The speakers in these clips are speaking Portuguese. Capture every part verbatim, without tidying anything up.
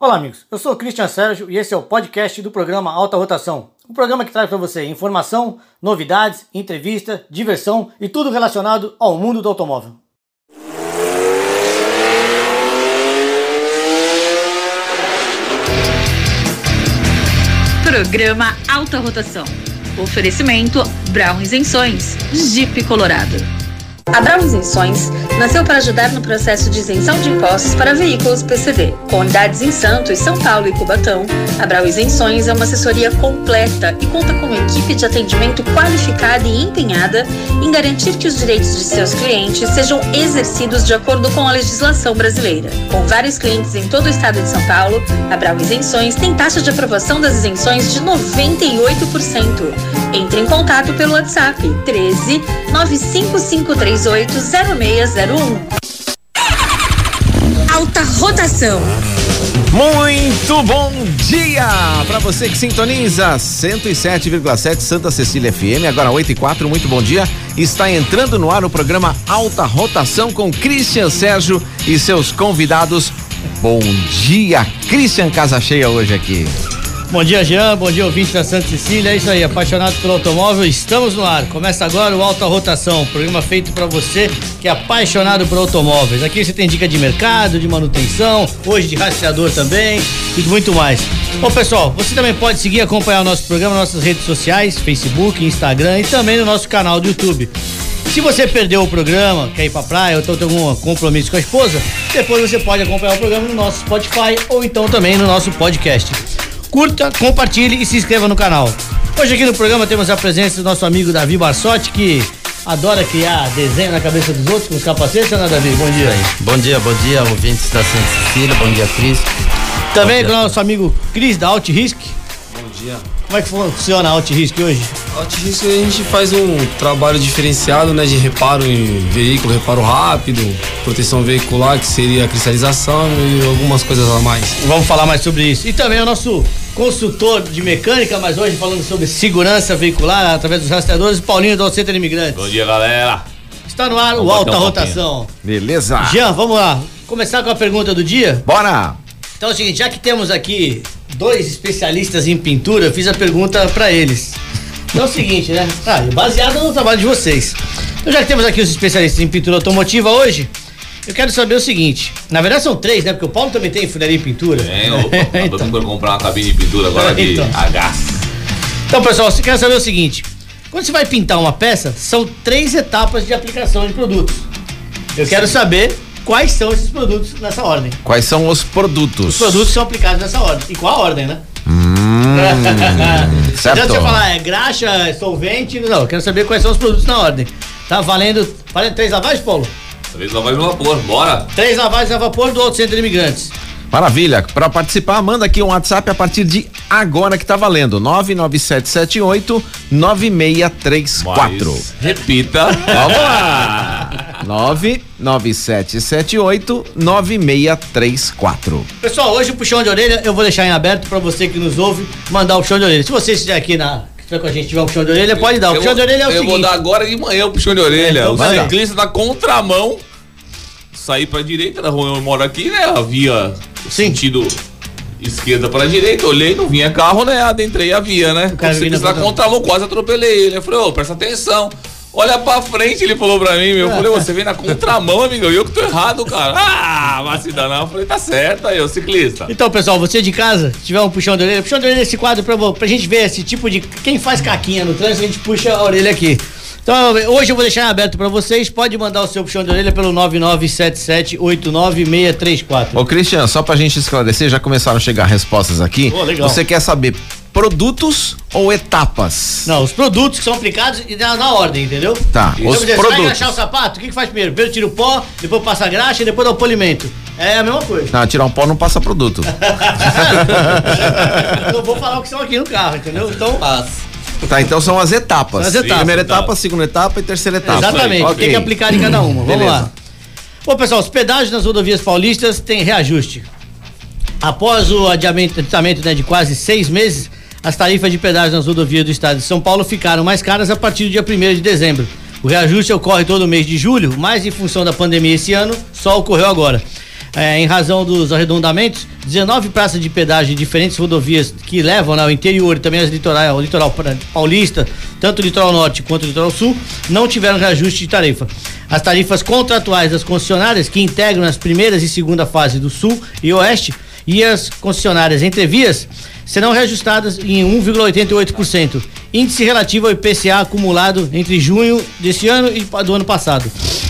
Olá amigos, eu sou o Christian Sérgio e esse é o podcast do programa Alta Rotação. Um programa que traz para você informação, novidades, entrevista, diversão e tudo relacionado ao mundo do automóvel. Programa Alta Rotação. Oferecimento Brown Isenções, Jeep Colorado. A Brown Isenções nasceu para ajudar no processo de isenção de impostos para veículos P C D. Com unidades em Santos, São Paulo e Cubatão, a Brown Isenções é uma assessoria completa e conta com uma equipe de atendimento qualificada e empenhada em garantir que os direitos de seus clientes sejam exercidos de acordo com a legislação brasileira. Com vários clientes em todo o estado de São Paulo, a Brown Isenções tem taxa de aprovação das isenções de noventa e oito por cento. Entre em contato pelo WhatsApp treze, nove cinco cinco três oito, zero seis zero um. Alta Rotação. Muito bom dia para você que sintoniza cento e sete vírgula sete Santa Cecília F M, agora oito e quatro, muito bom dia. Está entrando no ar o programa Alta Rotação com Christian Sérgio e seus convidados. Bom dia, Christian, casa cheia hoje aqui. Bom dia, Jean, bom dia, ouvinte da Santa Cecília, é isso aí, apaixonado pelo automóvel, estamos no ar. Começa agora o Alta Rotação, programa feito para você que é apaixonado por automóveis. Aqui você tem dica de mercado, de manutenção, hoje de rastreador também e muito mais. Bom, pessoal, você também pode seguir e acompanhar o nosso programa nas nossas redes sociais, Facebook, Instagram e também no nosso canal do YouTube. Se você perdeu o programa, quer ir pra praia ou então tem algum compromisso com a esposa, depois você pode acompanhar o programa no nosso Spotify ou então também no nosso podcast. Curta, compartilhe e se inscreva no canal. Hoje aqui no programa temos a presença do nosso amigo Davi Barsotti, que adora criar desenho na cabeça dos outros com os capacetes, né, Davi? Bom dia. Bom dia, bom dia, ouvintes da Santa Cecília, bom dia, Cris. Também com o nosso amigo Cris da Altrisk. Bom dia. Como é que funciona a Altrisk hoje? A Altrisk a gente faz um trabalho diferenciado, né, de reparo em veículo, reparo rápido, proteção veicular, que seria a cristalização e algumas coisas a mais. Vamos falar mais sobre isso. E também o nosso consultor de mecânica, mas hoje falando sobre segurança veicular através dos rastreadores, Paulinho do Centro Imigrantes. Bom dia, galera. Está no ar o Alta Rotação. Beleza. Jean, vamos lá. Começar com a pergunta do dia? Bora. Então é o seguinte, já que temos aqui dois especialistas em pintura, eu fiz a pergunta para eles. Então é o seguinte, né? Ah, baseado no trabalho de vocês. Então já que temos aqui os especialistas em pintura automotiva hoje, eu quero saber o seguinte, na verdade são três, né? Porque o Paulo também tem funilaria em pintura. É, eu acabamos então. de comprar uma cabine de pintura agora de então. a gás. Então, pessoal, você quer saber o seguinte, quando você vai pintar uma peça, são três etapas de aplicação de produtos. Eu quero saber quais são esses produtos nessa ordem. Quais são os produtos? Os produtos são aplicados nessa ordem. E qual a ordem, né? Hum, certo. Não adianta você falar, é graxa, é solvente, não, eu quero saber quais são os produtos na ordem. Tá valendo, valendo três lavagens, Paulo? Três lavagens no vapor, bora. Três lavagens a vapor do Auto Centro Imigrantes. Maravilha, para participar manda aqui um WhatsApp a partir de agora que tá valendo, nove nove sete sete oito nove seis três quatro. Mas, repita. Vamos lá. nove nove sete sete oito nove seis três quatro. Pessoal, hoje o puxão de orelha eu vou deixar em aberto para você que nos ouve mandar o puxão de orelha. Se você estiver aqui na que estiver com a gente tiver um puxão de orelha, pode dar. O Eu puxão vou- de orelha é o Eu seguinte. vou dar agora de manhã o puxão de orelha. É, então o vai lá. ciclista na contramão, sair pra direita, da rua eu moro aqui, né? A via sentido esquerda pra direita, olhei, não vinha carro, né? Adentrei a via, né? O cara vindo ciclista na na contramão, quase atropelei ele. Eu falei, ô, presta atenção. Olha pra frente, ele falou pra mim, meu. Eu falei, você vem na contramão, amigo. Eu que tô errado, cara. Ah, mas se dá não. Eu falei, tá certo aí, ô ciclista. Então, pessoal, você de casa, se tiver um puxão de orelha, puxão de orelha é esse quadro pra, pra gente ver esse tipo de. Quem faz caquinha no trânsito, a gente puxa a orelha aqui. Então, hoje eu vou deixar aberto pra vocês. Pode mandar o seu puxão de orelha pelo nove nove sete sete oito nove seis três quatro. Ô Christian, só pra gente esclarecer, já começaram a chegar respostas aqui. Oh, legal. Você quer saber produtos ou etapas? Não, os produtos que são aplicados e na, na ordem, entendeu? Tá, Então, os dizer, você vai produtos. engraxar o sapato, o que, que faz primeiro? Primeiro tira o pó, depois passa a graxa e depois dá o polimento. É a mesma coisa. Não, tirar um pó não passa produto. Eu não vou falar o que são aqui no carro, entendeu? Então, Paz. Tá, então são as etapas. São as etapas. Primeira Etapas. etapa, segunda etapa e terceira etapa. exatamente, Ok. tem que aplicar em cada uma. Vamos Beleza. lá. Bom, pessoal, os pedágios nas rodovias paulistas têm reajuste. Após o adiamento, adiamento né, de quase seis meses, as tarifas de pedágio nas rodovias do estado de São Paulo ficaram mais caras a partir do dia primeiro de dezembro. O reajuste ocorre todo mês de julho, mas em função da pandemia esse ano, só ocorreu agora. É, em razão dos arredondamentos, dezenove praças de pedágio em diferentes rodovias que levam ao interior e também as litoral, o litoral paulista, tanto o litoral norte quanto o litoral sul, não tiveram reajuste de tarifa. As tarifas contratuais das concessionárias que integram as primeiras e segunda fase do sul e oeste e as concessionárias entre vias serão reajustadas em um vírgula oitenta e oito por cento, índice relativo ao I P C A acumulado entre junho desse ano e do ano passado.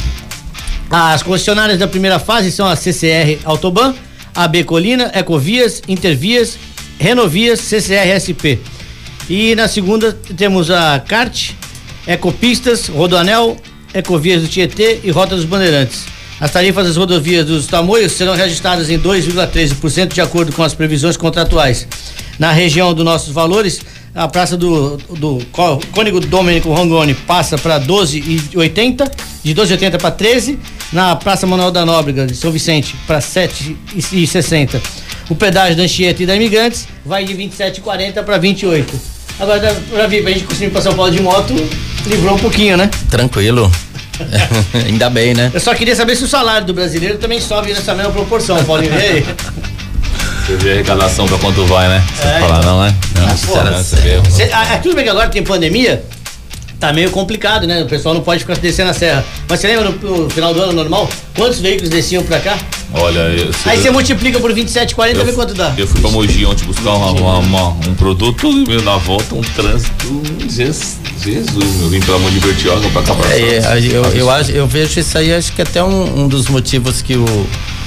As concessionárias da primeira fase são a C C R Autoban, A B Colina, Ecovias, Intervias, Renovias, C C R S P. E na segunda temos a Cart, Ecopistas, Rodoanel, Ecovias do Tietê e Rota dos Bandeirantes. As tarifas das rodovias dos Tamoios serão reajustadas em dois vírgula treze por cento de acordo com as previsões contratuais. Na região dos nossos valores, a praça do, do Cônego Domênico Rangoni passa para doze e oitenta, de doze e oitenta para treze. Na Praça Manuel da Nóbrega de São Vicente para sete e sessenta. O pedágio da Anchieta e da Imigrantes vai de vinte e sete e quarenta para vinte e oito. Agora, pra vir, pra gente conseguir ir pra São Paulo de moto, livrou um pouquinho, né? Tranquilo. Ainda bem, né? Eu só queria saber se o salário do brasileiro também sobe nessa mesma proporção, Paulinho. Você vê a arrecadação pra quanto vai, né? Você É, falar, então. não é? Não, Nossa, pô, né? Você vê. Cê, ah, tudo bem que agora tem pandemia, tá meio complicado, né? O pessoal não pode ficar descendo a serra. Mas você lembra no, no final do ano normal, quantos veículos desciam pra cá? Olha, eu, Aí você multiplica por vinte e sete, quarenta, eu, vê quanto dá. Eu fui pra Mogi ontem buscar uma, uma, uma, um produto e meu, na volta um trânsito. Jesus, Jesus, eu vim pela Mogi Bertioga pra cá pra É, é, eu, eu, acho, eu vejo isso aí, acho que até um, um dos motivos que o,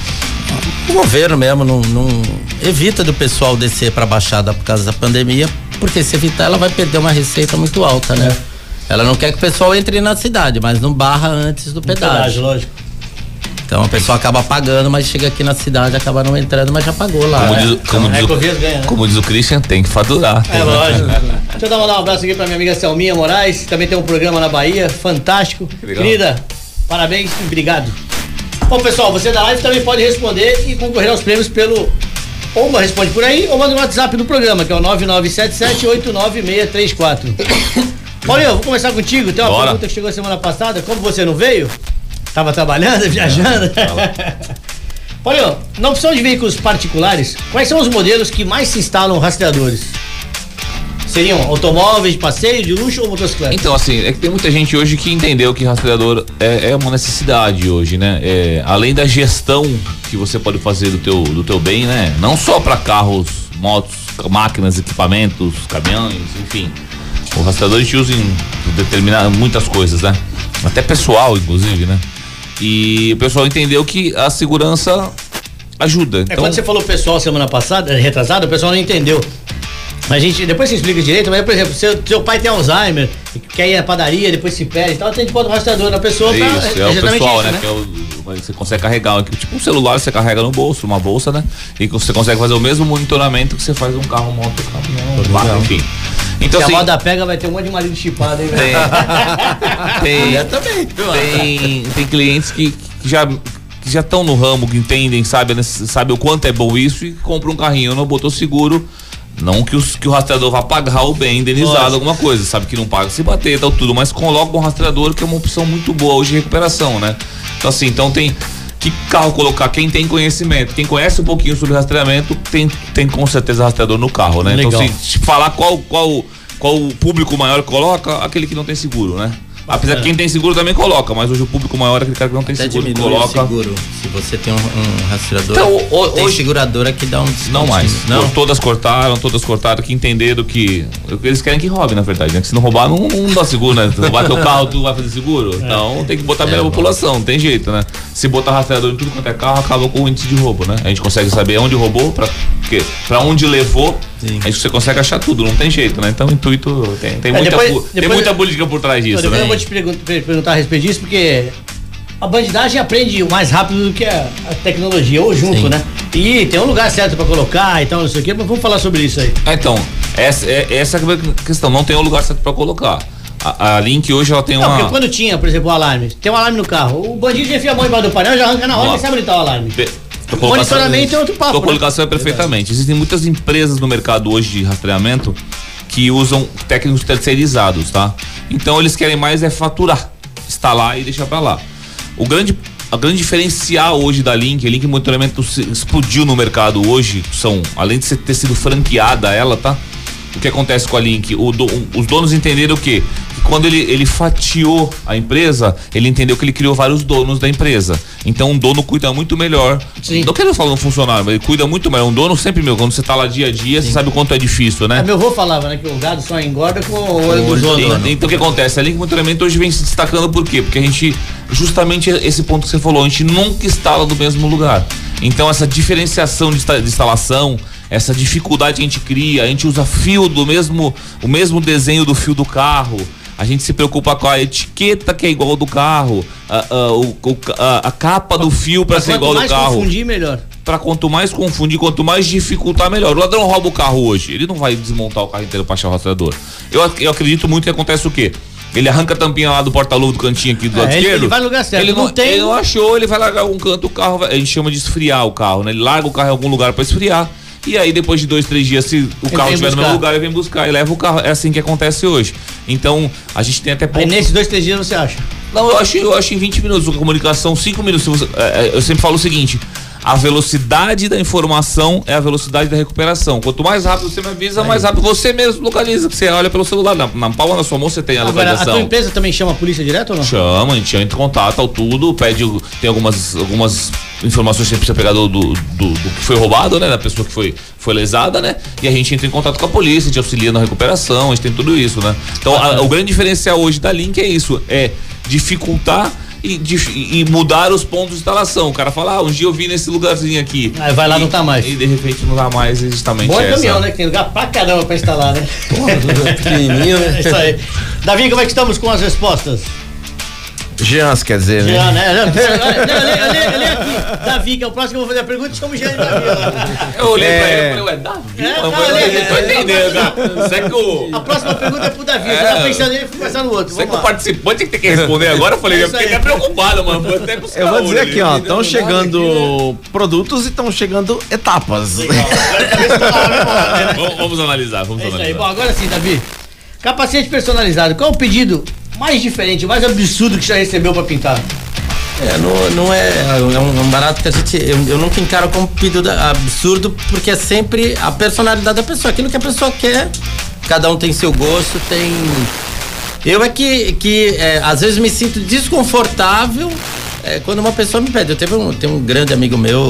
o governo mesmo não, não evita do pessoal descer pra Baixada por causa da pandemia, porque se evitar ela vai perder uma receita muito alta, né? É. Ela não quer que o pessoal entre na cidade, mas não barra antes do pedágio. pedágio lógico. Então a pessoa acaba pagando, mas chega aqui na cidade, acaba não entrando, mas já pagou lá. Como, é. diz, como, diz, o, ganha, né? como diz o Christian, tem que faturar. É lógico. Deixa eu dar um abraço aqui pra minha amiga Selminha Moraes, que também tem um programa na Bahia, fantástico. Que Querida, parabéns e obrigado. Bom, pessoal, você da live também pode responder e concorrer aos prêmios pelo... Ou responde por aí, ou manda no WhatsApp do programa, que é o nove nove sete sete oito nove seis três quatro. Paulinho, vou começar contigo. Tem uma Bora. pergunta que chegou semana passada. Como você não veio? Tava trabalhando, viajando. Paulinho, na opção de veículos particulares, quais são os modelos que mais se instalam rastreadores? Seriam automóveis de passeio, de luxo ou motocicleta? Então, assim, é que tem muita gente hoje que entendeu que rastreador é, é uma necessidade hoje, né? É, além da gestão que você pode fazer do teu, do teu bem, né? Não só para carros, motos, máquinas, equipamentos, caminhões, enfim. O rastreador a gente usa em determinar muitas coisas, né? Até pessoal, inclusive, né? E o pessoal entendeu que a segurança ajuda. É, então... quando você falou pessoal semana passada, retrasada, o pessoal não entendeu. A gente, depois você explica direito, mas por exemplo, seu, seu pai tem Alzheimer, quer ir à padaria, depois se perde e tal, então a gente bota o rastreador na pessoa pra... Isso, é o pessoal, isso, né? né? Que é o, você consegue carregar, tipo um celular você carrega no bolso, uma bolsa, né? E você consegue fazer o mesmo monitoramento que você faz um carro, moto, caminhão, barco, enfim. Então, se assim, a moda pega, vai ter um monte de marido chipado aí, velho. Tem, tem, também, tem, tem clientes que, que já que já estão no ramo, que entendem, sabe, sabe o quanto é bom isso e compram um carrinho, não botou seguro. Não que, os, que o rastreador vá pagar o bem indenizado, Nossa. alguma coisa, sabe que não paga se bater e tal, tudo, mas coloca um rastreador que é uma opção muito boa hoje de recuperação, né? Então assim, então tem que carro colocar, quem tem conhecimento, quem conhece um pouquinho sobre rastreamento, tem, tem com certeza rastreador no carro, né? Legal. Então assim, se falar qual, qual, qual o público maior coloca, aquele que não tem seguro, né? Apesar que quem tem seguro também coloca, mas hoje o público maior é aquele cara que não tem Até seguro que coloca. O seguro. Se você tem um, um rastreador, então, o, tem hoje, seguradora que dá um desconto. Não mais. Não. Todas cortaram, todas cortaram, que entenderam que eles querem que roube, na verdade, né? Que se não roubar, não, não dá seguro, né? Tu roubar teu carro, tu vai fazer seguro. É. Então tem que botar bem é, a população, não tem jeito, né? Se botar rastreador em tudo quanto é carro, acaba com o índice de roubo, né? A gente consegue saber onde roubou, pra quê? Pra onde levou. Sim. Aí você consegue achar tudo, não tem jeito, né? Então o intuito tem, tem, é, muita, depois, tem depois muita eu, política por trás disso, depois né? Eu vou te pergun- perguntar a respeito disso, porque a bandidagem aprende mais rápido do que a, a tecnologia, ou junto, Sim. né? E tem um lugar certo pra colocar e tal, não sei o quê, mas vamos falar sobre isso aí. Ah, então, essa é, essa é a questão, não tem um lugar certo pra colocar. A, a Link hoje ela tem não, uma... Porque quando tinha, por exemplo, o alarme, tem um alarme no carro, o bandido já enfia a mão embaixo do painel, já arranca na hora e sabe onde tá o alarme. Be- O monitoramento é outro papo. Sua colocação né? é perfeitamente. Existem muitas empresas no mercado hoje de rastreamento que usam técnicos terceirizados, tá? Então eles querem mais é faturar, instalar e deixar pra lá. O grande a grande diferencial hoje da Link, a Link Monitoramento explodiu no mercado hoje, são, além de ter sido franqueada ela, tá? O que acontece com a Link? O do, os donos entenderam o quê? Que quando ele, ele fatiou a empresa, ele entendeu que ele criou vários donos da empresa. Então um dono cuida muito melhor. Sim. Não quero falar um funcionário, mas ele cuida muito melhor. Um dono sempre, meu, quando você tá lá dia a dia, Sim. você sabe o quanto é difícil, né? É, meu avô falava, né, que o gado só engorda com o olho dos donos. Então, então o que acontece? A Link Monitoramento hoje vem se destacando por quê? Porque a gente, justamente esse ponto que você falou, a gente nunca instala no mesmo lugar. Então essa diferenciação de, de instalação, essa dificuldade que a gente cria, a gente usa fio do mesmo, o mesmo desenho do fio do carro, a gente se preocupa com a etiqueta que é igual ao do carro, a, a, o, a, a capa do fio para ser igual ao do carro. Quanto mais confundir, melhor. Para quanto mais confundir, quanto mais dificultar, melhor. O ladrão rouba o carro hoje, ele não vai desmontar o carro inteiro para achar o rastreador. Eu, eu acredito muito que acontece o quê? Ele arranca a tampinha lá do porta-luva do cantinho aqui do é, lado ele, esquerdo. Ele vai no lugar certo. Ele não, não tem. Ele não achou, ele vai largar algum canto, o carro vai, a gente chama de esfriar o carro, né? Ele larga o carro em algum lugar para esfriar. E aí depois de dois, três dias, se o ele carro estiver no mesmo lugar, ele vem buscar e leva o carro. É assim que acontece hoje. Então, a gente tem até pouco... Aí nesses dois, três dias você acha? Não, eu acho, eu acho em vinte minutos. A comunicação, cinco minutos. Se você, é, eu sempre falo o seguinte: a velocidade da informação é a velocidade da recuperação. Quanto mais rápido você me avisa, aí, mais rápido você mesmo localiza. Você olha pelo celular, na, na palma da sua mão você tem a Agora, localização. A tua empresa também chama a polícia direto ou não? Chama, a gente entra em contato, tudo, pede, tem algumas, algumas informações que você precisa pegar do, do, do, do que foi roubado, né? Da pessoa que foi, foi lesada, né? E a gente entra em contato com a polícia, a gente auxilia na recuperação, a gente tem tudo isso, né? Então, a, o grande diferencial hoje da Link é isso, é dificultar E, de, e mudar os pontos de instalação. O cara fala, ah, um dia eu vi nesse lugarzinho aqui. Aí vai lá, e, não tá mais. E de repente não dá mais, justamente. Bom é caminhão, essa. né? Que tem lugar pra caramba pra instalar, né? Porra, pequenininho, né? É isso aí. Davi, como é que estamos com as respostas? Jean, quer dizer, né? Jean, né? Olha aqui. Davi, que é o próximo que eu vou fazer a pergunta, chama o Jean e Davi. Eu olhei é... pra ele e falei, ué, Davi? É, não, não, eu não tô entendendo, cara. Será que o... A próxima pergunta é pro Davi. É, você tá pensando nele e fui pensar no outro. Será que o participante tem que ter que responder agora? Eu falei, é eu fiquei até preocupado, mano. Vou até buscar. Eu vou dizer aqui, ó, estão chegando produtos e estão chegando etapas. vamos, vamos analisar, vamos é analisar. Aí. Bom, agora sim, Davi. Capacete personalizado. Qual é o pedido mais diferente, mais absurdo que já recebeu pra pintar? É, não, não é, é um, um barato que a gente, eu, eu nunca encaro como pedido absurdo, porque é sempre a personalidade da pessoa, aquilo que a pessoa quer, cada um tem seu gosto, tem... Eu é que, que é, às vezes me sinto desconfortável é, quando uma pessoa me pede. Eu teve um, tem um grande amigo meu,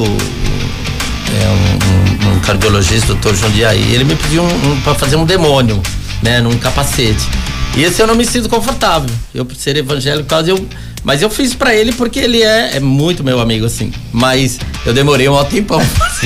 é, um, um, um cardiologista, doutor Jundiaí, ele me pediu um, um, pra fazer um demônio, né, num capacete. E esse eu não me sinto confortável. Eu, por ser evangélico, quase eu. Mas eu fiz pra ele porque ele é, é muito meu amigo, assim. Mas eu demorei um alto tempão.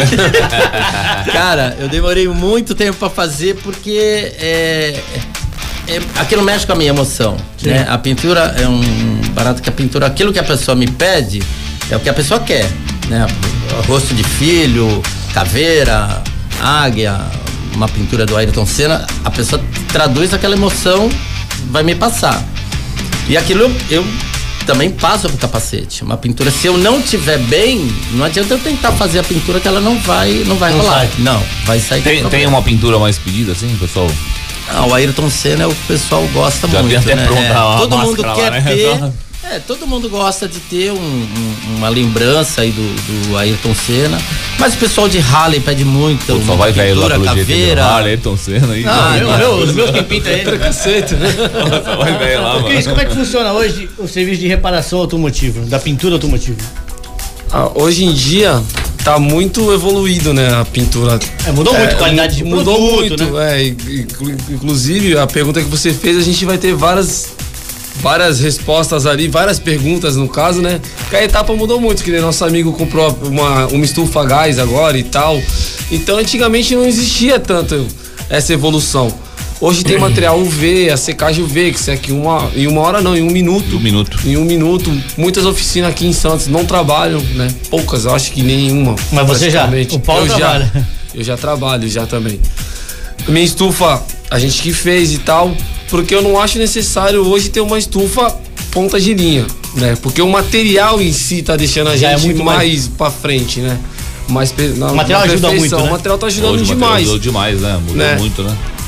Cara, eu demorei muito tempo pra fazer porque é, é, aquilo mexe com a minha emoção. Né? A pintura é um barato que a pintura, aquilo que a pessoa me pede, é o que a pessoa quer. Né? Rosto de filho, caveira, águia, uma pintura do Ayrton Senna, a pessoa traduz aquela emoção, vai me passar. E aquilo eu, eu também passo pro capacete. Uma pintura, se eu não tiver bem, não adianta eu tentar fazer a pintura que ela não vai, não vai não rolar. Sai. Não, vai sair. Tem, tem uma pintura mais pedida assim, pessoal? Ah, o Ayrton Senna é o que o pessoal gosta Já muito, tem até né? pronta É, a todo mundo lá, quer né? ter. É, todo mundo gosta de ter um, um, uma lembrança aí do, do Ayrton Senna, mas o pessoal de Harley pede muito. Pô, só vai velho lá pelo caveira. Harley, Ayrton Senna aí. Ah, meu, meu, os meus quem pinta ele. Preconceito, né? Só vai velho lá, mano. Cris, como é que funciona hoje o serviço de reparação automotiva, da pintura automotiva? Ah, hoje em dia tá muito evoluído, né, a pintura. É, mudou muito a qualidade de mudou produto, muito, né? É, inclusive a pergunta que você fez, a gente vai ter várias várias respostas ali, várias perguntas no caso, né? Que a etapa mudou muito, que nem nosso amigo comprou uma, uma estufa a gás agora e tal. Então antigamente não existia tanto essa evolução. Hoje tem material U V, a secagem U V, que seca em uma, em uma hora não, em um minuto. Um minuto. Em um minuto. Muitas oficinas aqui em Santos não trabalham, né? Poucas, eu acho que nenhuma. Mas você já? O Paulo eu trabalha. Já, eu já trabalho, já também. Minha estufa, a gente que fez e tal, porque eu não acho necessário hoje ter uma estufa ponta de linha, né? Porque o material em si tá deixando a já gente é muito mais, mais pra frente, né? Mais, na, o material ajuda muito, né? O material tá ajudando Hoje, demais. Ajudou demais, né? Mudou né? muito, né?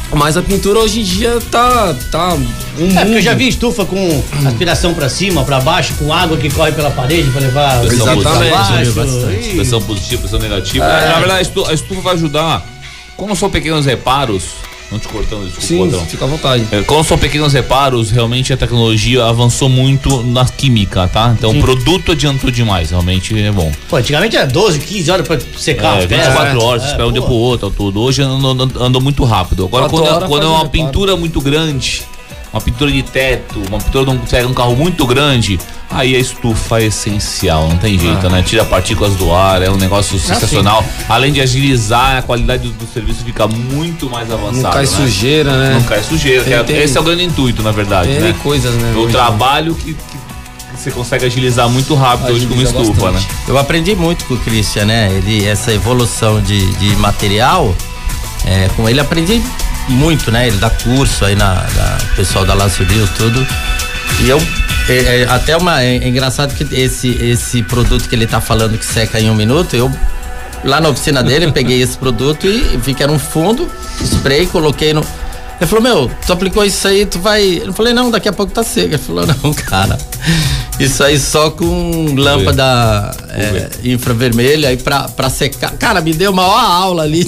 Mas a pintura hoje em dia tá, tá um É, porque eu já vi estufa com aspiração pra cima, pra baixo, com água que corre pela parede pra levar Pressão o pra Exatamente. baixo. Ih. Pressão positiva, pressão negativa. Na verdade, a estu- a estufa vai ajudar. Como são pequenos reparos, não te cortando, desculpa, Sim, patrão. fica à vontade. É, Como são pequenos reparos, realmente a tecnologia avançou muito na química, tá? Então o produto adiantou demais, realmente é bom. Pô, antigamente era doze, quinze horas pra secar É, a peça. vinte e quatro horas, É, espera um dia pô. pro outro, tudo. Hoje andou, andou muito rápido. Agora, Quatro quando, é- horas quando é faz um uma reparo. pintura muito grande, uma pintura de teto, uma pintura de um, pega um carro muito grande, aí a estufa é essencial, não tem jeito, Ah. né? Tira partículas do ar, é um negócio sensacional. Além de agilizar, a qualidade do, do serviço fica muito mais avançada. Não cai né? sujeira, né? Não cai sujeira. Tem- que é- tem- esse é o grande intuito, na verdade, Tem né? coisas, né? O hoje. trabalho que, que- que você consegue agilizar muito rápido hoje com uma Agiliza estufa, bastante. né? Eu aprendi muito com o Christian, né? Ele, essa evolução de, de material, é, com ele aprendi muito, né? Ele dá curso aí na, na pessoal da Laço Rio, tudo. E eu, é, é, até uma, é, é engraçado que esse, esse produto que ele tá falando que seca em um minuto, eu lá na oficina dele, eu peguei esse produto e vi que era um fundo, spray, coloquei no... Ele falou, meu, tu aplicou isso aí, tu vai... Eu falei, não, daqui a pouco tá seco. Ele falou, não, cara, isso aí só com lâmpada é, infravermelha aí pra, pra secar. Cara, me deu uma maior aula ali.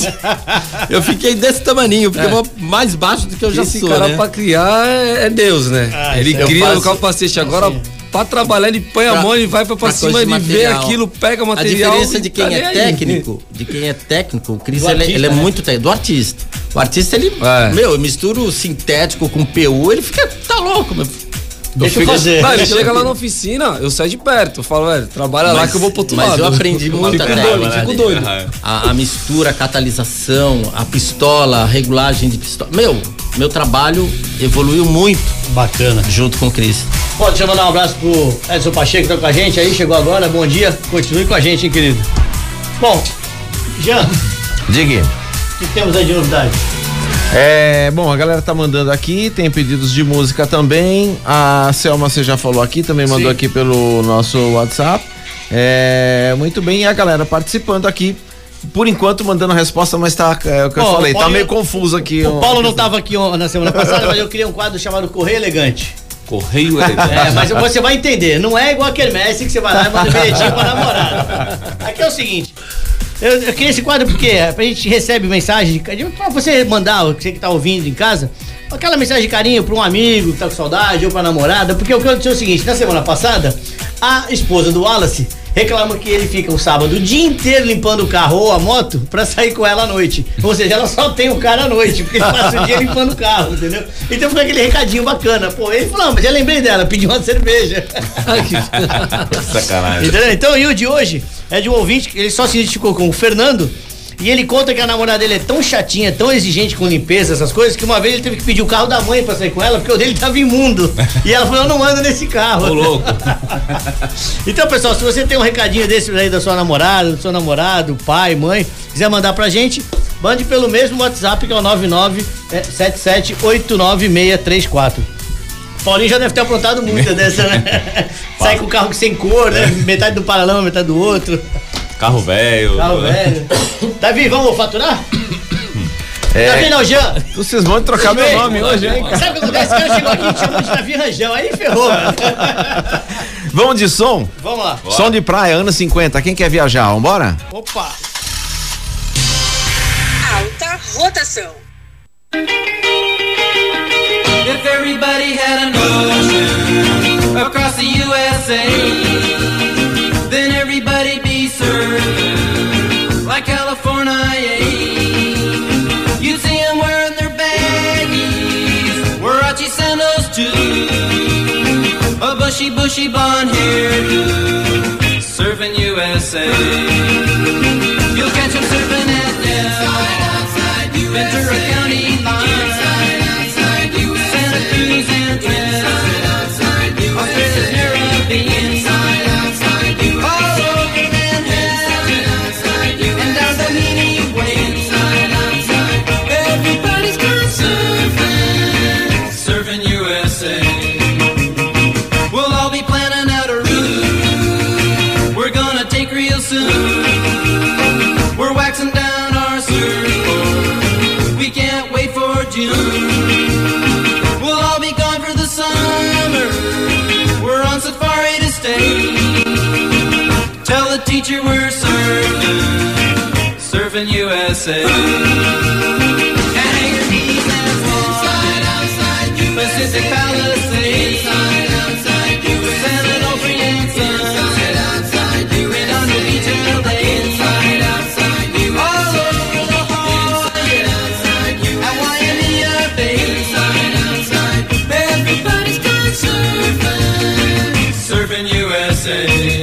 Eu fiquei desse tamaninho, porque eu vou mais baixo do que eu já Esse sou, cara né? pra criar é é Deus, né? Ah, ele isso aí cria eu faço- o capacete. Agora, pra trabalhar, ele põe a Pra- mão e vai pra, pra pra cima, coisa de ele vê material. aquilo, pega o A material. diferença e de quem tá é nem aí. técnico, de quem é técnico, o Cris, Do ele, artista, ele é né? muito técnico, do artista. O artista, ele, É. meu, eu misturo o sintético com P U, ele fica, tá louco, meu. Deixa eu fazer. Não, ele chega lá na oficina, eu saio de perto. Eu falo, velho, trabalha lá Mas- que eu vou pro outro mas lado. eu aprendi muita Fico técnica, doido, né? fico doido. A, a mistura, a catalisação, a pistola, a regulagem de pistola. Meu, meu trabalho evoluiu muito Bacana. junto com o Cris. Pô, deixa eu mandar um abraço pro Edson Pacheco que tá com a gente aí, chegou agora, bom dia, continue com a gente, hein, querido. Bom, Jean, Diga. o que temos aí de novidade? É, bom, a galera tá mandando aqui, tem pedidos de música também. A Selma, você já falou aqui, também mandou Sim. aqui pelo nosso WhatsApp. É, muito bem, e a galera participando aqui. Por enquanto mandando resposta, mas tá, é o que eu Bom, falei, o tá Paulo- meio confuso aqui. O Paulo não tava aqui ó, na semana passada, mas eu queria um quadro chamado Correio Elegante. Correio elegante. É, mas você vai entender, não é igual a Quermesse que você vai lá e manda um bilhetinho pra namorada. Aqui é o seguinte, eu, eu queria esse quadro porque a gente recebe mensagem, de, pra você mandar, você que tá ouvindo em casa, aquela mensagem de carinho pra um amigo que tá com saudade ou pra namorada, porque o que aconteceu é o seguinte, na semana passada, a esposa do Wallace reclama que ele fica o sábado o dia inteiro limpando o carro ou a moto pra sair com ela à noite. Ou seja, ela só tem o cara à noite, porque ele passa o dia limpando o carro, entendeu? Então foi aquele recadinho bacana. Pô, ele falou, ah, mas já lembrei dela, pedi uma cerveja. Sacanagem. Entendeu? Então, e o de hoje é de um ouvinte que ele só se identificou com o Fernando. E ele conta que a namorada dele é tão chatinha, tão exigente com limpeza, essas coisas, que uma vez ele teve que pedir o carro da mãe pra sair com ela, porque o dele tava imundo. E ela falou, eu não ando nesse carro. Ô, louco. Então, pessoal, se você tem um recadinho desse aí da sua namorada, do seu namorado, pai, mãe, quiser mandar pra gente, mande pelo mesmo WhatsApp, que é o nove nove sete sete oito nove seis três quatro. Paulinho já deve ter aprontado muita dessa, né? Sai com o carro sem cor, né? Metade do paralama, metade do outro. Carro velho. Carro velho. Davi, vamos faturar? É. Davi não, Jean. Vocês vão trocar meu nome hoje, hein? Sabe o que acontece? Esse cara chegou aqui e te chamou de Davi Rangel. Aí ferrou, mano. Vamos de som? Vamos lá. Som de praia, anos cinquenta. Quem quer viajar? Vambora? Opa. Alta rotação. If everybody had an ocean across the U S A, then everybody'd be served like California. You'd see them wearing their baggies, Warachi sandals too, a bushy, bushy blonde hairdo, surfing U S A. You'll catch them surfing at Del, Ventura County line, Santa Cruz and Trent, Australia's Caribbean, all over Manhattan, and down the Meany Way. Everybody's gone surfing, surfing U S A. We'll all be planning out a route we're gonna take real soon. June. We'll all be gone for the summer. We're on safari to stay. Tell the teacher we're surfing, surfing U S A. And hang your knees and inside, outside U S A. Pacific Palisades. Inside, outside U S A. San Onofre sun. Inside, outside U S A. Redondo Beach, L A. Inside, outside U S A. All over the Hawaiian. Inside, outside U S A. At Waimea Bay. Inside, outside. Everybody's gone surfing, surfing U S A.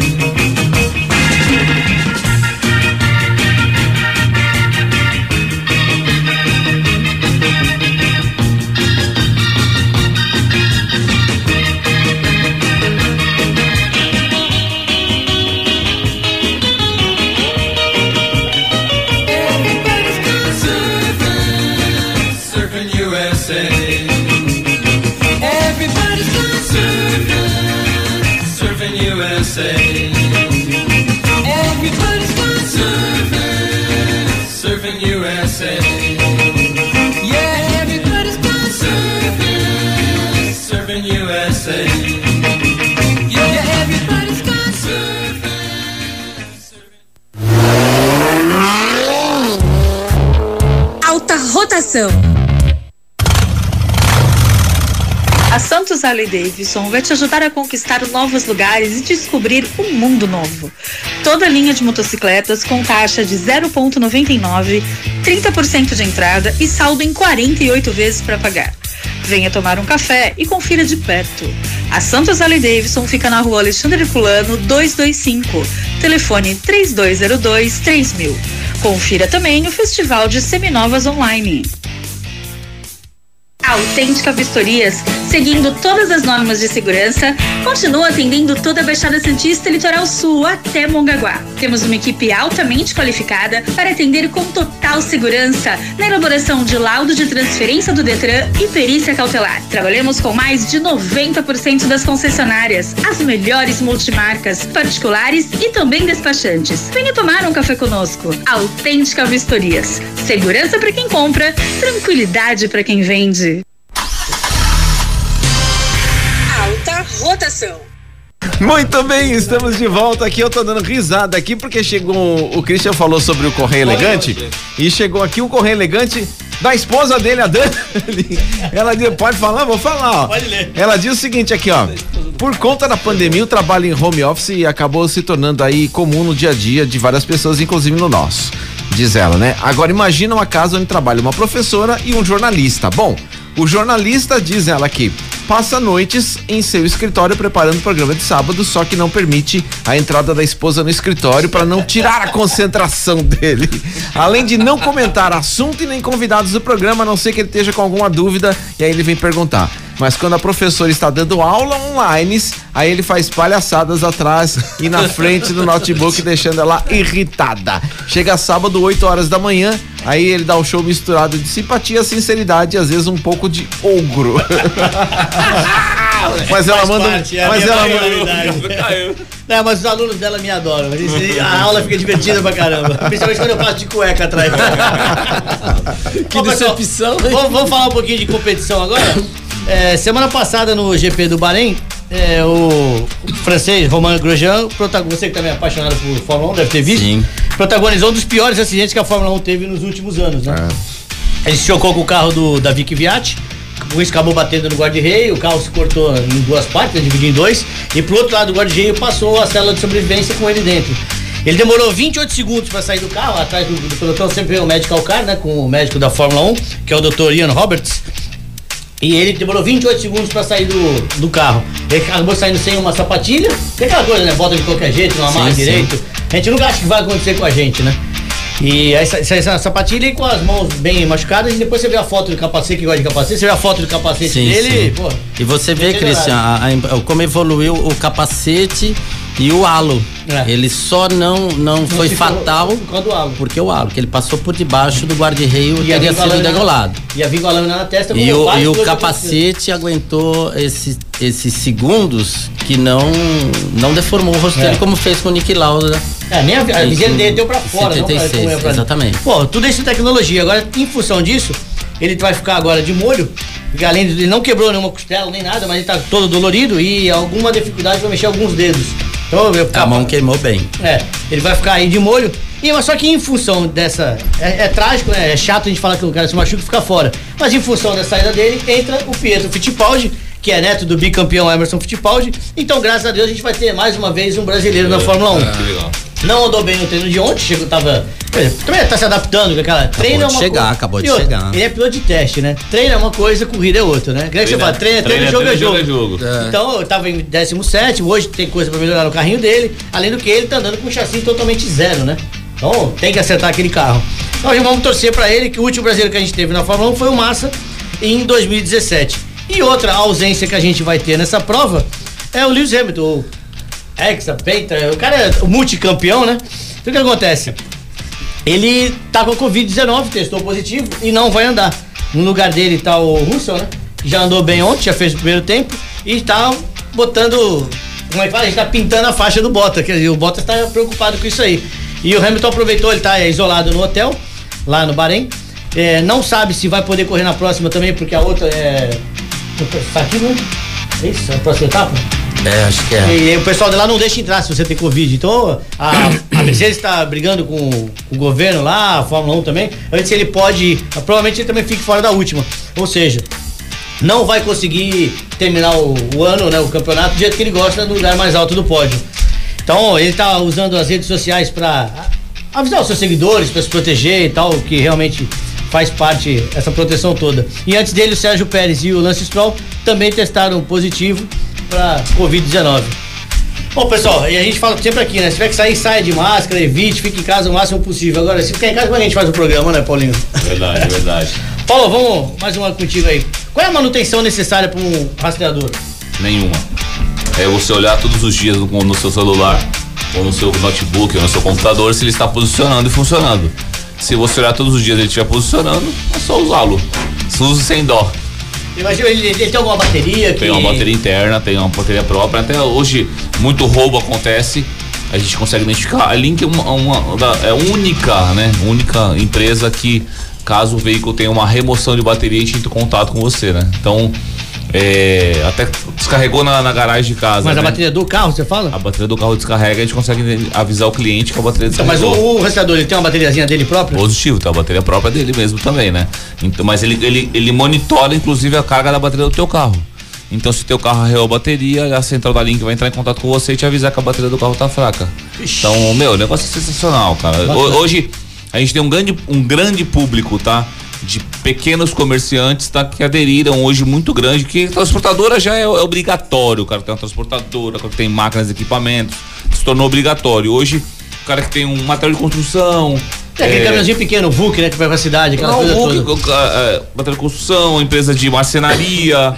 Everybody's gone surfing, surfing U S A. Yeah, everybody's gone surfing, surfing U S A. Yeah, everybody's gone surfing, surfing. Alta rotação. A Santos Harley Davidson vai te ajudar a conquistar novos lugares e descobrir um mundo novo. Toda a linha de motocicletas com taxa de zero vírgula noventa e nove, trinta por cento de entrada e saldo em quarenta e oito vezes para pagar. Venha tomar um café e confira de perto. A Santos Harley Davidson fica na rua Alexandre Herculano duzentos e vinte e cinco, telefone três dois zero dois, três mil. Confira também o Festival de Seminovas Online. A Autêntica Vistorias, seguindo todas as normas de segurança, continua atendendo toda a Baixada Santista e Litoral Sul até Mongaguá. Temos uma equipe altamente qualificada para atender com total segurança na elaboração de laudo de transferência do Detran e perícia cautelar. Trabalhamos com mais de noventa por cento das concessionárias, as melhores multimarcas, particulares e também despachantes. Venha tomar um café conosco. Autêntica Vistorias. Segurança para quem compra, tranquilidade para quem vende. Alta rotação. Muito bem, estamos de volta aqui. Eu tô dando risada aqui porque chegou. O Christian falou sobre o Correio Elegante e chegou aqui um Correio Elegante da esposa dele, a Dani. Ela diz: pode falar? Vou falar, ó. Pode ler. Ela diz o seguinte aqui, ó. Por conta da pandemia, o trabalho em home office acabou se tornando aí comum no dia a dia de várias pessoas, inclusive no nosso. Diz ela, né? Agora imagina uma casa onde trabalha uma professora e um jornalista. Bom, o jornalista, diz ela aqui, passa noites em seu escritório preparando o programa de sábado, só que não permite a entrada da esposa no escritório para não tirar a concentração dele. Além de não comentar assunto e nem convidados do programa, a não ser que ele esteja com alguma dúvida, e aí ele vem perguntar. Mas quando a professora está dando aula online, aí ele faz palhaçadas atrás e na frente do notebook, deixando ela irritada. Chega sábado, oito horas da manhã, aí ele dá o show misturado de simpatia, sinceridade e às vezes um pouco de ogro. Mas ela manda. Parte, é mas ela manda. Não, mas os alunos dela me adoram. A aula fica divertida pra caramba. Principalmente quando eu passo de cueca atrás. Que decepção. Vamos, vamos falar um pouquinho de competição agora? É, semana passada no G P do Bahrein, é, o francês Romain Grosjean, você que também é apaixonado por Fórmula um, deve ter visto. Sim. Protagonizou um dos piores acidentes que a Fórmula um teve nos últimos anos, né? É. Ele se chocou com o carro do Davi Kvyat, com isso acabou batendo no guarda-reio, o carro se cortou em duas partes, dividiu em dois, e pro outro lado do guarda-reio passou a célula de sobrevivência com ele dentro. Ele demorou vinte e oito segundos para sair do carro, atrás do, do pelotão sempre veio o medical car, né, com o médico da Fórmula um, que é o doutor Ian Roberts. E ele demorou vinte e oito segundos pra sair do, do carro. Ele acabou saindo sem uma sapatilha. Tem aquela coisa, né? Bota de qualquer jeito, não amarra direito. A gente nunca acha que vai acontecer com a gente, né? E aí sai essa sapatilha e com as mãos bem machucadas. E depois você vê a foto do capacete, que gosta de capacete. Você vê a foto do capacete sim, dele. Sim. Pô, e você vê, Christian, a, a, como evoluiu o capacete e o halo. É. Ele só não, não, não foi fatal por causa do halo. Porque o halo, que ele passou por debaixo do guarda-reio e teria sido degolado. E havia a lâmina na testa. E o, e o capacete aguentou esses, esses segundos que não, não deformou o rosto dele, é. como fez com o Niki Lauda. É, nem a, a viseira dele deu pra fora. setenta e seis, não pra, exatamente. Pô, tudo isso é tecnologia. Agora, em função disso, ele vai ficar agora de molho, porque além de ele não quebrou nenhuma costela nem nada, mas ele tá todo dolorido e alguma dificuldade para mexer alguns dedos. Então, eu, a mão queimou bem. É, ele vai ficar aí de molho. E, mas só que em função dessa. É, é trágico, né? É chato a gente falar que o cara se machuca e fica fora. Mas em função da saída dele, entra o Pietro Fittipaldi, que é neto do bicampeão Emerson Fittipaldi. Então, graças a Deus, a gente vai ter mais uma vez um brasileiro é, na Fórmula um. É, não andou bem no treino de ontem, chegou, tava. Também tá se adaptando com aquela. Treino é uma chegar, coisa. Acabou de outra, chegar. Ele é piloto de teste, né? Treino é uma coisa, corrida é outra, né? Que você fala, treino é treino, jogo é jogo. jogo. É. Então, eu tava em décimo sétimo, hoje tem coisa pra melhorar no carrinho dele. Além do que ele tá andando com um chassi totalmente zero, né? Então, tem que acertar aquele carro. Nós vamos torcer pra ele, que o último brasileiro que a gente teve na Fórmula um foi o Massa em dois mil e dezessete. E outra ausência que a gente vai ter nessa prova é o Lewis Hamilton, o Hexa, Penta, o cara é o multicampeão, né? Então o que acontece? Ele tá com a covid dezenove, testou positivo e não vai andar. No lugar dele tá o Russell, né? Que já andou bem ontem, já fez o primeiro tempo e tá botando, como é que fala? A gente tá pintando a faixa do Bottas, quer dizer, o Bottas tá preocupado com isso aí. E o Hamilton aproveitou, ele tá é, isolado no hotel, lá no Bahrein. É, não sabe se vai poder correr na próxima também, porque a outra é. Tá aqui, né? É isso? A próxima etapa? É, acho que é. E, e o pessoal de lá não deixa entrar se você tem Covid. Então, a, a Mercedes está brigando com, com o governo lá, a Fórmula um também. Antes ele pode. Provavelmente ele também fique fora da última. Ou seja, não vai conseguir terminar o, o ano, né? O campeonato do jeito que ele gosta, no lugar mais alto do pódio. Então, ele está usando as redes sociais para avisar os seus seguidores, para se proteger e tal, que realmente faz parte essa proteção toda. E antes dele, o Sérgio Pérez e o Lance Stroll também testaram positivo para covid dezenove. Bom, pessoal, e a gente fala sempre aqui, né? Se tiver que sair, saia de máscara, evite, fique em casa o máximo possível. Agora, se ficar em casa, como a gente faz o programa, né, Paulinho? Verdade, verdade. Paulo, vamos mais uma contigo aí. Qual é a manutenção necessária para um rastreador? Nenhuma. É você olhar todos os dias no, no seu celular, ou no seu notebook, ou no seu computador, se ele está posicionando e funcionando. Se você olhar todos os dias e ele estiver posicionando, é só usá-lo. Use sem dó. Imagina, ele, ele tem alguma bateria? Que... Tem uma bateria interna, tem uma bateria própria. Até hoje, muito roubo acontece. A gente consegue identificar. A Link é uma, uma é única, né? Única empresa que, caso o veículo tenha uma remoção de bateria, a gente entra em contato com você, né? Então, é, até descarregou na, na garagem de casa. Mas né? a bateria do carro, você fala? A bateria do carro descarrega, a gente consegue avisar o cliente que a bateria descarregou. Então, mas o, o rastreador, ele tem uma bateriazinha dele própria? Positivo, tem a bateria própria dele mesmo também, né? Então, mas ele, ele, ele monitora, inclusive, a carga da bateria do teu carro. Então, se teu carro arreou a bateria, a central da Link vai entrar em contato com você e te avisar que a bateria do carro tá fraca. Ixi. Então, meu, o negócio é sensacional, cara. Bacana. Hoje, a gente tem um grande, um grande público, tá? De pequenos comerciantes, tá? Que aderiram hoje muito grande, que transportadora já é, é obrigatório, o cara tem uma transportadora, o cara tem máquinas, equipamentos, se tornou obrigatório. Hoje, o cara que tem um material de construção. É aquele é, caminhãozinho pequeno, o V U C, né? Que vai pra cidade, aquela não, coisa V U C, toda. É, material de construção, empresa de marcenaria,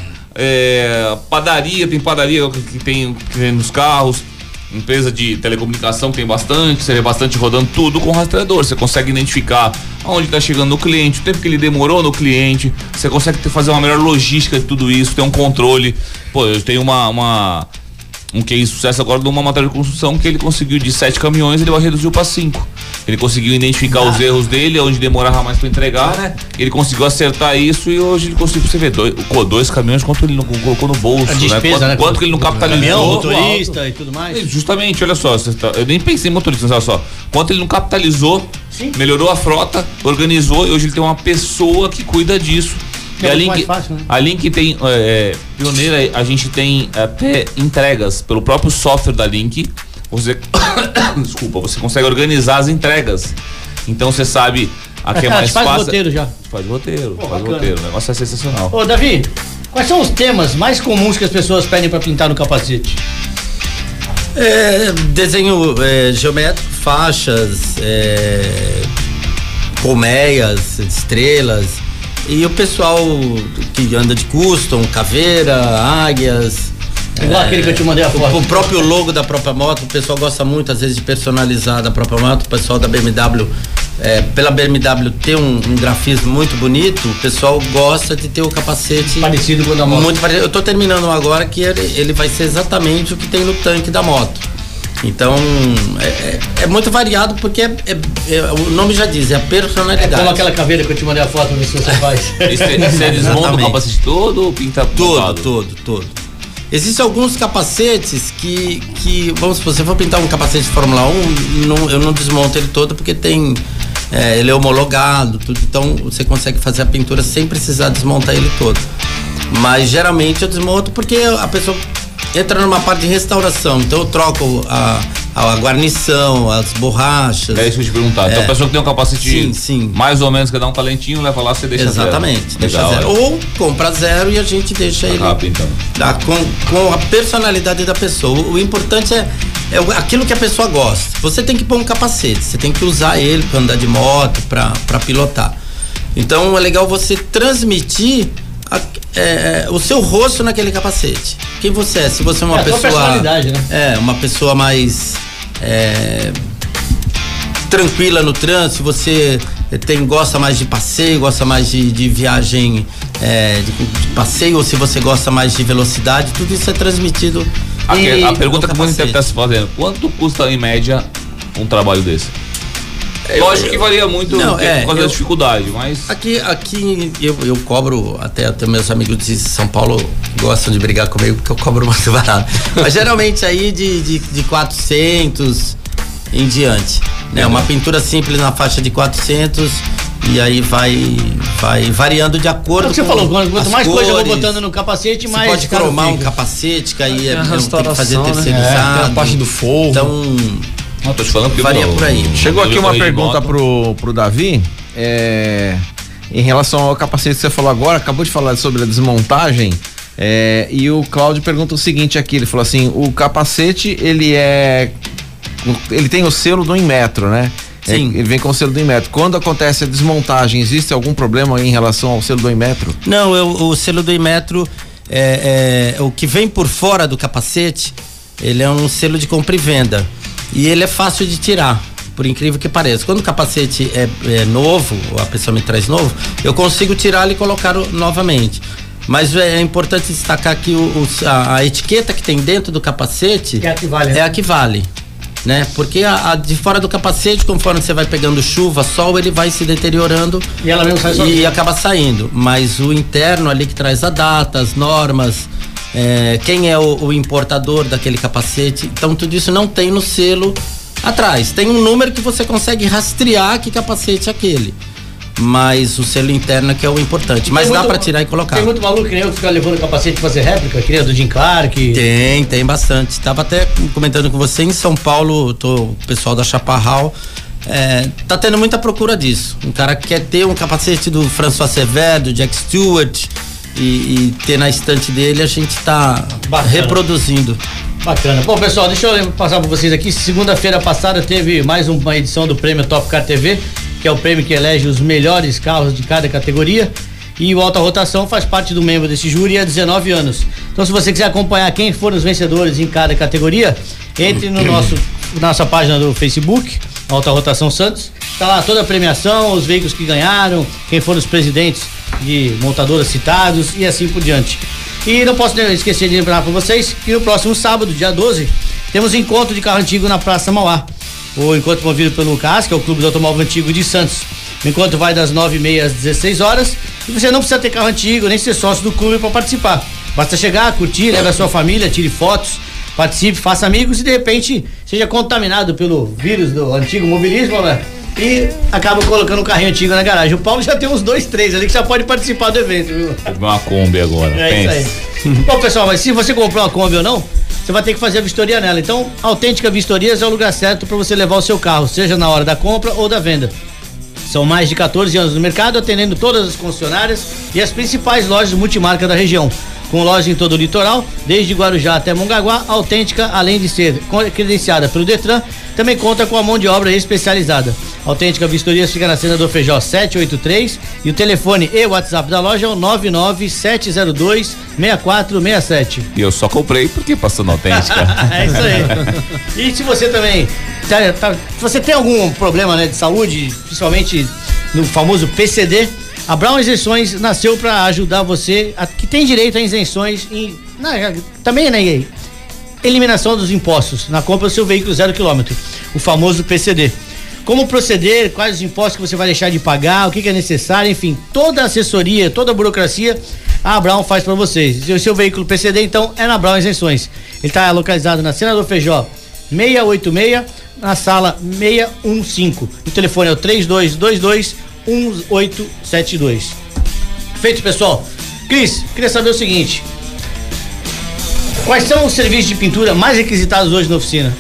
é, padaria, tem padaria que tem, que tem nos carros. Empresa de telecomunicação que tem bastante, você vê bastante rodando tudo com rastreador. Você consegue identificar aonde está chegando o cliente, o tempo que ele demorou no cliente. Você consegue ter, fazer uma melhor logística de tudo isso, ter um controle. Pô, eu tenho uma, uma um case de sucesso agora de uma matéria de construção que ele conseguiu de sete caminhões, ele vai reduzir para cinco. Ele conseguiu identificar ah. os erros dele, onde demorava mais para entregar, né? Ele conseguiu acertar isso e hoje ele conseguiu, você vê, dois, dois caminhões, quanto ele não colocou no bolso, a despesa, né? Quanto, né? quanto que ele não capitalizou. Caminhão, motorista alto. E tudo mais. Justamente, olha só, tá, eu nem pensei em motorista, olha só. Quanto ele não capitalizou, Sim. melhorou a frota, organizou e hoje ele tem uma pessoa que cuida disso. É e a Link, fácil, né? a Link tem, é, pioneira, a gente tem até entregas pelo próprio software da Link. Você, desculpa, você consegue organizar as entregas. Então você sabe a que é mais fácil. Faz roteiro já. Faz roteiro, Pô, faz bacana. roteiro. O negócio é sensacional. Ô, Davi, quais são os temas mais comuns que as pessoas pedem para pintar no capacete? É, desenho é, geométrico, faixas, é, colmeias, estrelas. E o pessoal que anda de custom, caveira, águias. Igual é, aquele que eu te mandei a foto. O, o próprio logo da própria moto, o pessoal gosta muito às vezes de personalizar da própria moto. O pessoal da B M W, é, pela B M W ter um, um grafismo muito bonito, o pessoal gosta de ter o capacete parecido com o da moto. Muito parecido. Eu tô terminando um agora que ele, ele vai ser exatamente o que tem no tanque da moto. Então, é, é muito variado porque é, é, é, o nome já diz, é a personalidade. É como aquela caveira que eu te mandei a foto, ver se você faz. E você desmonta o capacete todo ou pinta todo? Montado? Todo, todo. Existem alguns capacetes que, que vamos supor, se eu for pintar um capacete de Fórmula um, não, eu não desmonto ele todo porque tem, é, ele é homologado, tudo, então você consegue fazer a pintura sem precisar desmontar ele todo. Mas geralmente eu desmonto porque a pessoa entra numa parte de restauração, então eu troco a, a guarnição, as borrachas. É isso que eu te perguntar. É. Então a pessoa que tem um capacete sim, sim. mais ou menos, quer dar um talentinho, leva lá, você deixa exatamente, zero. deixa Legal, zero. É. Ou compra zero e a gente deixa ele rápido, então. Dá, com, com a personalidade da pessoa. O, o importante é, é aquilo que a pessoa gosta. Você tem que pôr um capacete, você tem que usar ele para andar de moto, para pilotar. Então é legal você transmitir a, é, o seu rosto naquele capacete. Quem você é? Se você é uma é, pessoa. personalidade, né? É, uma pessoa mais é, tranquila no trânsito, se você tem, gosta mais de passeio, gosta mais de, de viagem é, de, de passeio, ou se você gosta mais de velocidade, tudo isso é transmitido. A, e, a pergunta que o mundo deve estar se fazendo: quanto custa em média um trabalho desse? Lógico que varia muito não, é, por causa eu, da dificuldade, mas. Aqui, aqui eu, eu cobro, até, até meus amigos de São Paulo gostam de brigar comigo porque eu cobro muito barato. Mas geralmente aí de, de, de quatrocentos em diante. Né? Uma pintura simples na faixa de quatrocentos e aí vai, vai variando de acordo é o que com você falou, quanto mais cores, coisa eu vou botando no capacete, mais. Você pode cromar um capacete, que aí é, é tem que fazer terceirizado. Né? É, a parte do forro. Então. Não, tô te falando que varia por aí. Chegou aqui uma pergunta pro, pro Davi, é, em relação ao capacete que você falou agora, acabou de falar sobre a desmontagem, é, e o Cláudio pergunta o seguinte aqui, ele falou assim, o capacete, ele é, ele tem o selo do Inmetro, né? Sim. É, ele vem com o selo do Inmetro. Quando acontece a desmontagem, existe algum problema em relação ao selo do Inmetro? Não, eu, o selo do Inmetro, é, é, o que vem por fora do capacete, ele é um selo de compra e venda. E ele é fácil de tirar, por incrível que pareça. Quando o capacete é, é novo, ou a pessoa me traz novo, eu consigo tirá-lo e colocá-lo novamente. Mas é importante destacar que o, o, a, a etiqueta que tem dentro do capacete é a que vale, é a que vale, né? Porque a, a de fora do capacete, conforme você vai pegando chuva, sol, ele vai se deteriorando e, ela mesmo sai e sozinha. acaba saindo. Mas o interno ali que traz a data, as normas, É, quem é o, o importador daquele capacete, então tudo isso não tem no selo atrás, tem um número que você consegue rastrear que capacete é aquele, mas o selo interno é que é o importante, mas dá para tirar e colocar. Tem muito maluco que nem eu que fica levando capacete pra fazer réplica, que nem do Jim Clark. Tem, tem bastante, tava até comentando com você, em São Paulo, tô, o pessoal da Chaparral é, tá tendo muita procura disso, um cara que quer ter um capacete do François Sever, do Jack Stewart, E, e ter na estante dele, a gente tá Bacana. reproduzindo. Bacana. Bom, pessoal, deixa eu passar para vocês aqui. Segunda-feira passada teve mais uma edição do prêmio Top Car T V, que é o prêmio que elege os melhores carros de cada categoria. E o Alta Rotação faz parte do membro desse júri há dezenove anos. Então, se você quiser acompanhar quem foram os vencedores em cada categoria, entre no nosso nossa página do Facebook, Alta Rotação Santos. Tá lá toda a premiação, os veículos que ganharam, quem foram os presidentes de montadoras citados e assim por diante. E não posso esquecer de lembrar para vocês que no próximo sábado, dia doze, temos encontro de carro antigo na Praça Mauá. O encontro promovido pelo C A S, que é o Clube do Automóvel Antigo de Santos. O encontro vai das nove e meia às dezesseis horas e você não precisa ter carro antigo nem ser sócio do clube para participar. Basta chegar, curtir, leve a sua família, tire fotos, participe, faça amigos e de repente seja contaminado pelo vírus do antigo mobilismo, né? E acaba colocando um carrinho antigo na garagem. O Paulo já tem uns dois, três ali que já pode participar do evento, viu? Uma Kombi agora. É pensa. Isso aí. Bom, pessoal, mas se você comprou uma Kombi ou não, você vai ter que fazer a vistoria nela. Então, Autêntica Vistorias é o lugar certo para você levar o seu carro, seja na hora da compra ou da venda. São mais de quatorze anos no mercado, atendendo todas as concessionárias e as principais lojas multimarca da região. Com lojas em todo o litoral, desde Guarujá até Mongaguá, a Autêntica, além de ser credenciada pelo Detran, também conta com a mão de obra especializada. A Autêntica Vistorias fica na Senador Feijó setecentos e oitenta e três e o telefone e o WhatsApp da loja é o nove nove sete zero dois seis quatro seis sete. E eu só comprei porque passou na Autêntica. É isso aí. E se você também tá, tá, se você tem algum problema, né, de saúde, principalmente no famoso P C D, a Brown Isenções nasceu para ajudar você a, que tem direito a isenções em, na, também, né, eliminação dos impostos na compra do seu veículo zero quilômetro, o famoso P C D. Como proceder, quais os impostos que você vai deixar de pagar, o que, que é necessário, enfim, toda a assessoria, toda a burocracia, a Brown faz para vocês. E o seu veículo P C D, então, é na Brown Isenções. Ele está localizado na Senador Feijó seiscentos e oitenta e seis, na sala seiscentos e quinze. O telefone é o três dois dois dois um oito sete dois. Feito, pessoal. Cris, queria saber o seguinte: quais são os serviços de pintura mais requisitados hoje na oficina?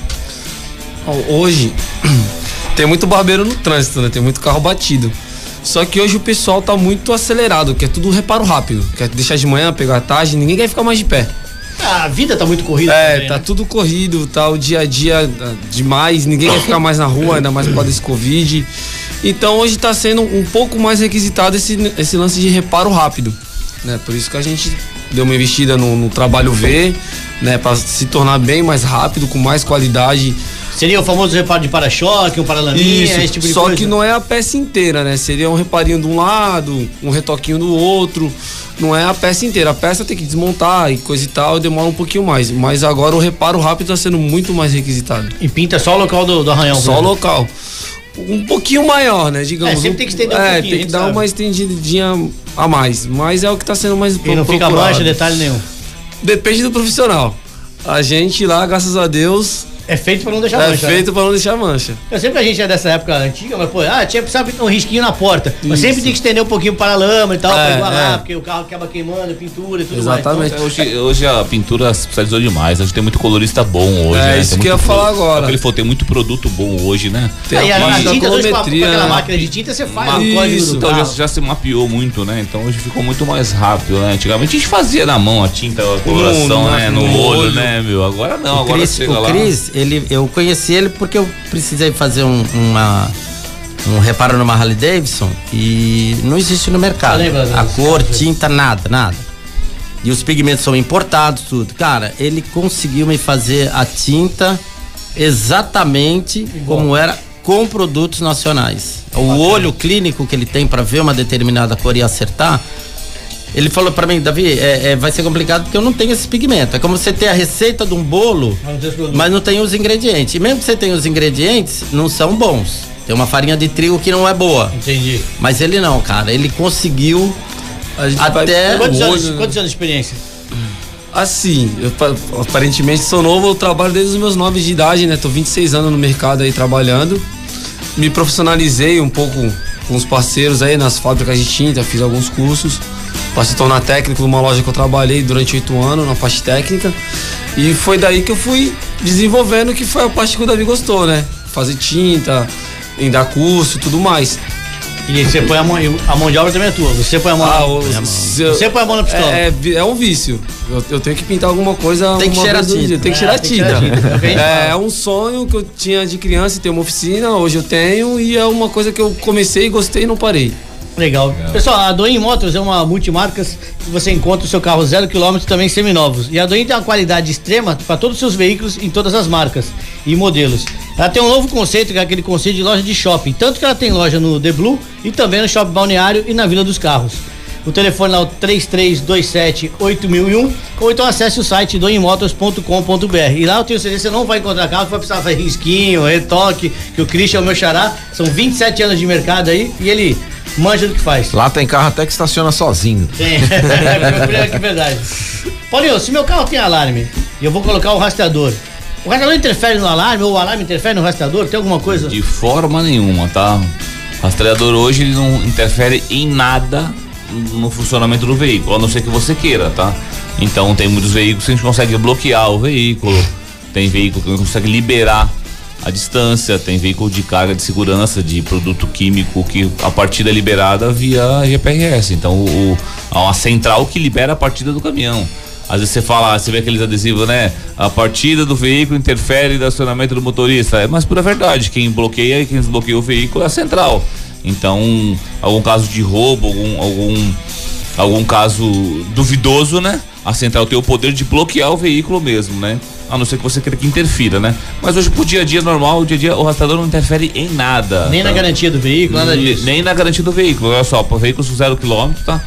Hoje tem muito barbeiro no trânsito, né? Tem muito carro batido. Só que hoje o pessoal tá muito acelerado, quer tudo reparo rápido. Quer deixar de manhã, pegar à tarde, ninguém quer ficar mais de pé. A vida tá muito corrida. É, também, tá né? tudo corrido, tá o dia a dia demais, ninguém quer ficar mais na rua, ainda mais por causa desse Covid. Então hoje tá sendo um pouco mais requisitado esse, esse lance de reparo rápido, né? Por isso que a gente deu uma investida no, no trabalho V, né? Pra se tornar bem mais rápido, com mais qualidade. Seria o famoso reparo de para-choque, um paralaminha, Isso, esse tipo de só coisa? que não é a peça inteira, né? Seria um reparinho de um lado, um retoquinho do outro. Não é a peça inteira. A peça tem que desmontar e coisa e tal, demora um pouquinho mais. Mas agora o reparo rápido tá sendo muito mais requisitado. E pinta só o local do, do arranhão? Só o local. Um pouquinho maior, né? Digamos. É, sempre tem que estender um é, pouquinho, tem que dar sabe? uma estendidinha a mais. Mas é o que tá sendo mais E não fica procurado. mancha, detalhe nenhum. Depende do profissional. A gente lá, graças a Deus, É feito pra não deixar é mancha. feito né? pra não deixar mancha. Eu sempre a gente é dessa época antiga, mas pô, ah, tinha precisava um risquinho na porta. Mas Isso. sempre tem que estender um pouquinho para a lama e tal, É, pra igualar, é. porque o carro acaba queimando, pintura e tudo Exatamente. mais. Hoje, hoje a pintura se especializou demais. A gente tem muito colorista bom hoje. É, né? isso Tem que eu ia muito falar pro- agora. Aquele falou, tem muito produto bom hoje, né? Tem Aí a, a parte da tinta hoje com, a- com colometria, aquela né? máquina de tinta você faz Isso. o código do Então já, carro. já se mapeou muito, né? Então hoje ficou muito mais rápido, né? Antigamente a gente fazia na mão a tinta, a coloração, no- né? No, no olho, olho. né, meu? Agora não, O agora Cris, chega o lá. Cris, ele, eu conheci ele porque eu precisei fazer um, uma, um reparo numa Harley Davidson e não existe no mercado. Eu lembro, A né? cor, tinta, nada, nada. E os pigmentos são importados, tudo. Cara, ele conseguiu me fazer a tinta exatamente como era com produtos nacionais. O olho clínico que ele tem para ver uma determinada cor e acertar. Ele falou pra mim, Davi, é, é, vai ser complicado porque eu não tenho esse pigmento. É como você ter a receita de um bolo, Mas não tem os produtos. mas não tem os ingredientes. E mesmo que você tenha os ingredientes, não são bons. Tem uma farinha de trigo que não é boa. Entendi. Mas ele não, cara. Ele conseguiu A gente até... Quantos o anos, olho- quantos anos de experiência? Assim, eu pa- aparentemente sou novo, eu trabalho desde os meus nove de idade, né? Tô vinte e seis anos no mercado aí trabalhando. Me profissionalizei um pouco com os parceiros aí nas fábricas de tinta, fiz alguns cursos para se tornar técnico numa loja que eu trabalhei durante oito anos na parte técnica. E foi daí que eu fui desenvolvendo, que foi a parte que o Davi gostou, né? Fazer tinta, em dar curso e tudo mais. E você põe a mão, a mão de obra também é tua. Você põe a mão. Ah, na, o- se eu- Você põe a mão na pistola. É, é, vi- é um vício. Eu, eu tenho que pintar alguma coisa. Tem que uma cheirar vez no tinta. dia. Tem que É, cheirar tem que cheirar tinta. tinta, é o que a gente É, fala. é um sonho que eu tinha de criança ter uma oficina. Hoje eu tenho e é uma coisa que eu comecei, gostei e não parei. Legal. Pessoal, a Doin Motors é uma multimarcas que você encontra o seu carro zero quilômetro também seminovos. E a Doin tem uma qualidade extrema para todos os seus veículos em todas as marcas e modelos. Ela tem um novo conceito, que é aquele conceito de loja de shopping. Tanto que ela tem loja no The Blue e também no Shopping Balneário e na Vila dos Carros. O telefone lá é o três três dois sete oito mil e um, ou então acesse o site doin motors ponto com ponto b r. E lá eu tenho certeza que você não vai encontrar carro que vai precisar fazer risquinho, retoque, que o Christian é o meu xará. São vinte e sete anos de mercado aí e ele manja do que faz. Lá tem carro até que estaciona sozinho. Tem, é que verdade. Paulinho, se meu carro tem alarme e eu vou colocar o rastreador, o rastreador interfere no alarme ou o alarme interfere no rastreador? Tem alguma coisa? De forma nenhuma, tá? Rastreador hoje ele não interfere em nada no funcionamento do veículo, a não ser que você queira, tá? Então tem muitos veículos que a gente consegue bloquear o veículo, tem veículo que a gente consegue liberar a distância, tem veículo de carga de segurança de produto químico que a partida é liberada via G P R S. Então o, há uma central que libera a partida do caminhão. Às vezes você fala, você vê aqueles adesivos, né? A partida do veículo interfere no acionamento do motorista. É mais pura verdade. Quem bloqueia e quem desbloqueia o veículo é a central. Então, algum caso de roubo, algum, algum, algum caso duvidoso, né? A central tem o poder de bloquear o veículo mesmo, né? A não ser que você queira que interfira, né? Mas hoje, pro dia a dia normal, o dia a dia, o rastreador não interfere em nada. Nem tá? na garantia do veículo, nada disso. Nem na garantia do veículo. Olha só, para veículos zero quilômetro, tá?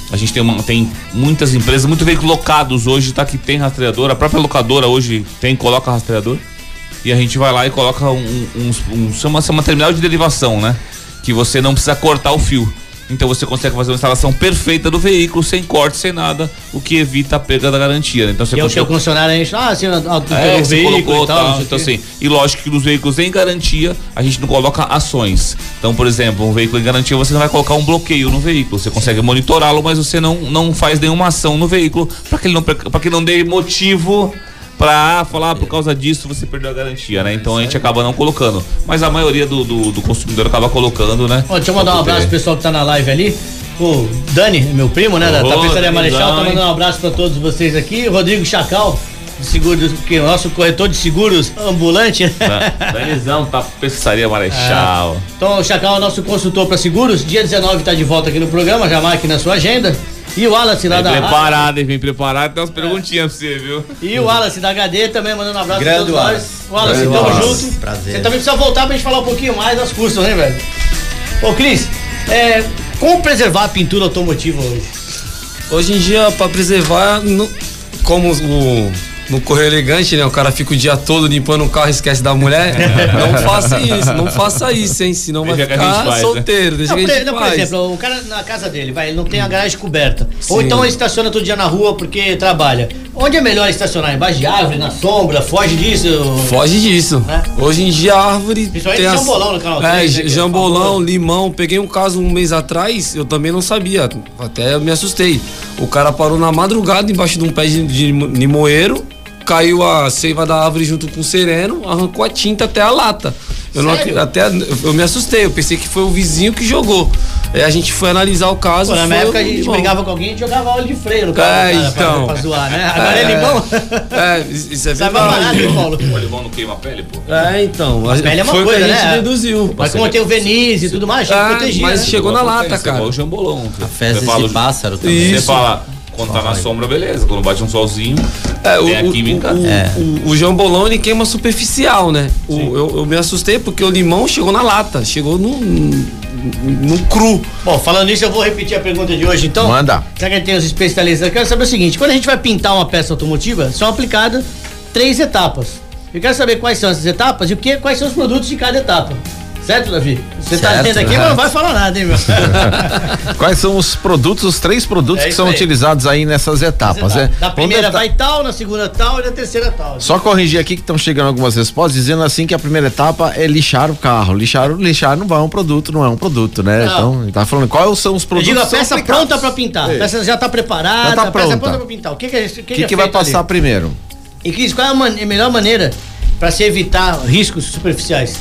A gente tem, uma, tem muitas empresas, muito veículos locados hoje, tá? Que tem rastreador. A própria locadora hoje tem, coloca rastreador. E a gente vai lá e coloca um, um, um, uma, uma terminal de derivação, né? Que você não precisa cortar o fio. Então você consegue fazer uma instalação perfeita do veículo, sem corte, sem nada, o que evita a perda da garantia. Então você e consegue... o funcionário a gente, ah, assim, é, o veículo colocou, e tal, tal. Então assim, e lógico que nos veículos em garantia, a gente não coloca ações. Então, por exemplo, um veículo em garantia, você não vai colocar um bloqueio no veículo, você consegue monitorá-lo, mas você não, não faz nenhuma ação no veículo, para que ele não, para que não dê motivo pra falar, ah, por causa disso você perdeu a garantia, né? Então a gente acaba não colocando. Mas a maioria do, do, do consumidor acaba colocando, né? Ó, deixa eu mandar um abraço pro pessoal que tá na live ali. O Dani, meu primo, né? Da Oh, Tapeçaria Marechal, tá hein? mandando um abraço pra todos vocês aqui. O Rodrigo Chacal, de seguros, que é o nosso corretor de seguros ambulante, né? Danizão, Tapeçaria Marechal. É. Então o Chacal é o nosso consultor pra seguros. Dia dezenove tá de volta aqui no programa, já marque na sua agenda. E o Wallace lá Vem da preparado, hein? Vem preparado, tem umas perguntinhas pra você, viu? E o Wallace da H D também mandando um abraço Grande pra todos nós. Wallace, Grande tamo Wallace. junto. Prazer. Você também precisa voltar pra gente falar um pouquinho mais das custas, né, velho? Ô, Cris, é, como preservar a pintura automotiva hoje? Hoje em dia, pra preservar, no- como o, no Correio Elegante, né? O cara fica o dia todo limpando o carro e esquece da mulher. Não faça isso, não faça isso, hein? Senão vai Deixa que a gente ficar faz, né? solteiro. Deixa Não, que por, a gente não, por faz. exemplo, o cara na casa dele, vai, ele não tem a garagem coberta. Ou Sim. então ele estaciona todo dia na rua porque trabalha. Onde é melhor estacionar? Embaixo de árvore, na sombra? Foge disso? Foge disso. Né? Hoje em dia a árvore. Principalmente tem as- jambolão no canal É, três, né, que é jambolão, famoso. limão. Peguei um caso um mês atrás, eu também não sabia. Até me assustei. O cara parou na madrugada embaixo de um pé de, de limoeiro, caiu a seiva da árvore junto com o sereno, arrancou a tinta até a lata. Eu, não, Sério? até, eu me assustei, eu pensei que foi o vizinho que jogou. Aí a gente foi analisar o caso. Pô, na minha foi época o a gente limão. brigava com alguém e jogava óleo de freio no carro É, do cara pra- então. pra, zoar, né? Agora é, limão? É, isso é Sai mais barato, verdade. hein, Paulo? O limão não queima a pele, pô. É, então. A, pele é uma foi o coisa, que a gente né? deduziu. Mas como tem o verniz e tudo mais, tinha que Ah, proteger, mas né? chegou na Igual lata, acontece, cara. igual o jambolão. A fezes Você fala- de pássaro também. Isso. Você fala, quando tá na sombra, beleza. Quando bate um solzinho, É, tem o, a química. o, É. o, o jambolão ele queima superficial, né? O, eu, eu me assustei porque o limão chegou na lata, chegou no, no cru. Bom, falando nisso, eu vou repetir a pergunta de hoje, então. Manda. Já que a gente tem os especialistas, eu quero saber o seguinte: quando a gente vai pintar uma peça automotiva, são aplicadas três etapas. Eu quero saber quais são essas etapas e o que, quais são os produtos de cada etapa. Certo, Davi? Você tá Certo, dentro aqui, mas não vai falar nada, hein, meu? Quais são os produtos, os três produtos É que isso são aí. utilizados aí nessas etapas, né? Da Vamos primeira tentar- vai tal, na segunda tal e na terceira tal. Só corrigir aqui que estão chegando algumas respostas dizendo assim que a primeira etapa é lixar o carro. Lixar, lixar não vai um produto, não é um produto, né? Não. Então, ele tá falando quais são os Eu produtos digo a que são peça aplicados. pronta pra pintar. A Isso. peça já tá preparada, Já tá a peça pronta. pronta pra pintar. O que que, é, o que, O que que, é que vai feito ali? passar primeiro? E Cris, qual é a, man- a melhor maneira pra se evitar riscos superficiais?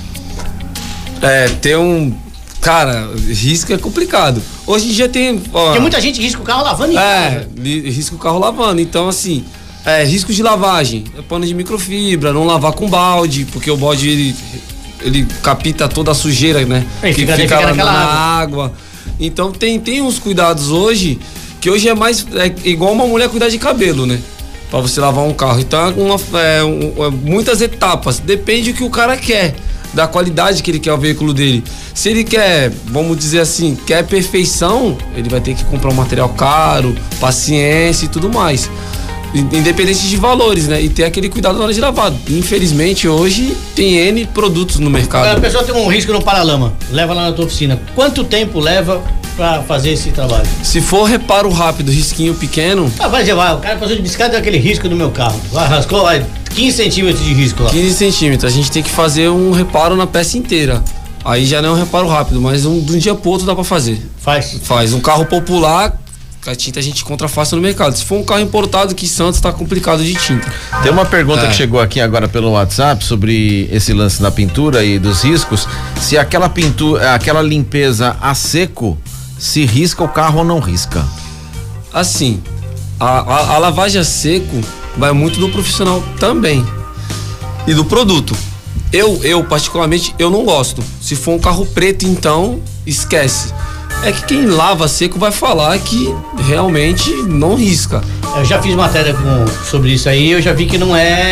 É, tem um. Cara, risco é complicado. Hoje em dia tem. Ó, Porque muita gente risca o carro lavando em É, casa. li- risca o carro lavando. Então, assim, é, risco de lavagem. É pano de microfibra, não lavar com balde, porque o balde ele, ele capta toda a sujeira, né? É, que fica- fica, fica lá naquela na água. água. Então tem, tem uns cuidados hoje, que hoje é mais é igual uma mulher cuidar de cabelo, né? Pra você lavar um carro. Então, é uma, é, um- é muitas etapas. Depende do que o cara quer, da qualidade que ele quer o veículo dele. Se ele quer, vamos dizer assim, quer perfeição, ele vai ter que comprar um material caro, paciência e tudo mais. Independente de valores, né? E ter aquele cuidado na hora de lavar. Infelizmente, hoje tem N produtos no Agora, a mercado. pessoa tem um risco no paralama, leva lá na tua oficina. Quanto tempo leva pra fazer esse trabalho? Se for reparo rápido, risquinho pequeno, Ah, vai levar, o cara passou de bicicleta deu aquele risco no meu carro. Vai, rascou, vai, quinze centímetros de risco lá. quinze centímetros, a gente tem que fazer um reparo na peça inteira. Aí já não é um reparo rápido, mas um, de um dia pro outro dá pra fazer. Faz. Faz. Um carro popular, a tinta a gente encontra fácil no mercado. Se for um carro importado, que Santos tá complicado de tinta. Tem uma pergunta É. que chegou aqui agora pelo WhatsApp sobre esse lance da pintura e dos riscos. Se aquela pintura, aquela limpeza a seco, se risca o carro ou não risca? Assim, a, a, a lavagem a seco vai muito do profissional também. E do produto. Eu, eu, particularmente, eu não gosto. Se for um carro preto, então, esquece. É que quem lava a seco vai falar que realmente não risca. Eu já fiz matéria com- sobre isso aí, eu já vi que não é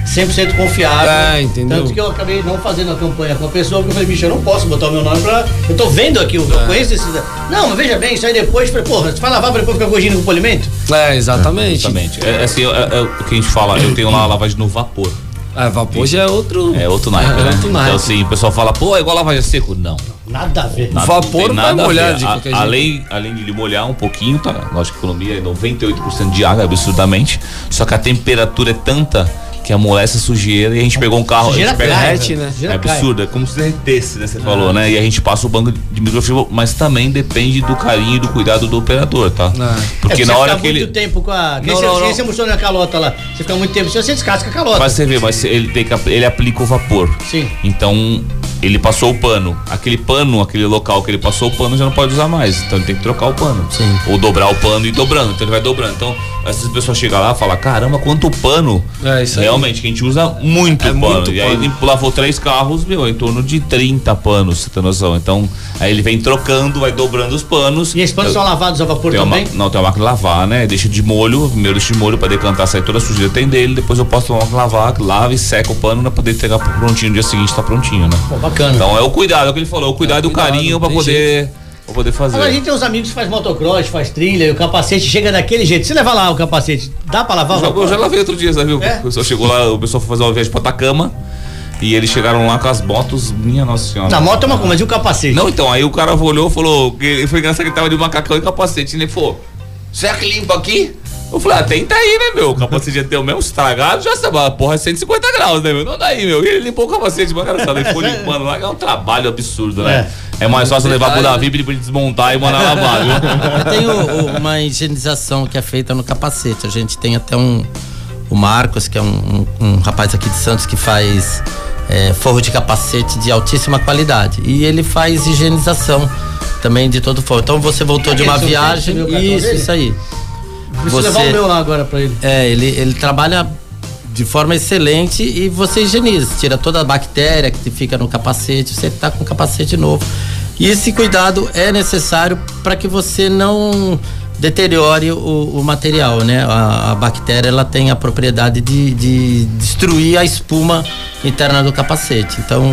cem por cento confiável. É, entendeu? Tanto que eu acabei não fazendo a campanha com a pessoa, porque eu falei, bicho, eu não posso botar o meu nome pra... Eu tô vendo aqui, eu É. conheço esse... Não, mas veja bem, isso aí depois, falei, porra, você vai lavar pra depois ficar corrigindo com polimento? É, exatamente. Exatamente. É, assim, é, é o que a gente fala, eu tenho lá a lavagem no vapor. É, vapor já é outro. É outro naipe, É né? outro naipe. Então assim, o pessoal fala, pô, é igual lavagem a seco. Não. Nada a ver. Nada, Vapor tem vai nada a molhar ver. de A- qualquer jeito. além, além de ele molhar um pouquinho, tá? Lógico que a economia é noventa e oito por cento de água, absurdamente. Só que a temperatura é tanta que amolece a sujeira e a gente pegou um carro. Sujeira a gente pega, cai, derrete, velho. né? É Sujeira cai. absurdo, é como se derretesse, né? Você falou, né? E a gente passa o banco de microfibra, mas também depende do carinho e do cuidado do operador, tá? Ah. Porque É, na você hora fica que ele. muito tempo com a... Quem Não, você, não, quem não. você mostrou na calota lá? Você fica muito tempo, você descasca a calota. Mas você vê, mas ele tem que ele aplica o vapor. Sim. Então, ele passou o pano. Aquele pano, aquele local que ele passou o pano já não pode usar mais. Então ele tem que trocar o pano. Sim. Ou dobrar o pano e ir dobrando. Então ele vai dobrando. Então, essas pessoas chegam lá e falam, caramba, quanto pano. É, isso aí. Realmente, que a gente usa muito É pano. muito E aí pano. ele lavou três carros, meu, em torno de trinta panos, você tem noção. Então, aí ele vem trocando, vai dobrando os panos. E esses panos Eu- são lavados a vapor tem uma, também? não, tem uma máquina de lavar, né? Deixa de molho, primeiro deixa de molho pra decantar, sair toda a sujeira tem dele, depois eu posso tomar lavar, lava e seca o pano pra poder entregar prontinho, no dia seguinte tá prontinho, né? Pô, bacana. Então é o cuidado, é o que ele falou, o cuidado e o cuidado, carinho pra tem poder, pra poder fazer. Agora a gente tem uns amigos que faz motocross, faz trilha, e o capacete chega daquele jeito. Se levar lá o capacete, dá pra lavar o Eu já, eu vapor? já lavei outro dia, sabe? É? O pessoal chegou lá, o pessoal foi fazer uma viagem pra Atacama e eles chegaram lá com as motos, minha nossa senhora. Na moto é uma coisa, mas e o capacete? Não, então, aí o cara olhou e falou, que foi engraçado que ele tava de macacão e capacete, né? Ele falou, será que limpa aqui? Eu falei, ah, tenta aí, né, meu? O capacete já deu mesmo estragado, já sabe, porra, é cento e cinquenta graus, né, meu? Não dá aí, meu. E ele limpou o capacete, mas cara, ele ficou limpando lá, que é um trabalho absurdo, né? É, mais fácil levar pro Davi pra ele desmontar e mandar lavar, viu? Tem o- o- uma higienização que é feita no capacete. A gente tem até um. O Marcos, que é um, um- um rapaz aqui de Santos que faz é, forro de capacete de altíssima qualidade. E ele faz higienização também de todo forro. Então você voltou de uma Aquele seu viagem. teste, meu cartão Isso, dele? isso aí. Preciso você- levar o meu lá agora pra ele. É, ele, ele trabalha de forma excelente e você higieniza, tira toda a bactéria que fica no capacete, você tá com o capacete novo. E esse cuidado é necessário para que você não deteriore o, o material, né? A, a bactéria, ela tem a propriedade de, de destruir a espuma interna do capacete. Então,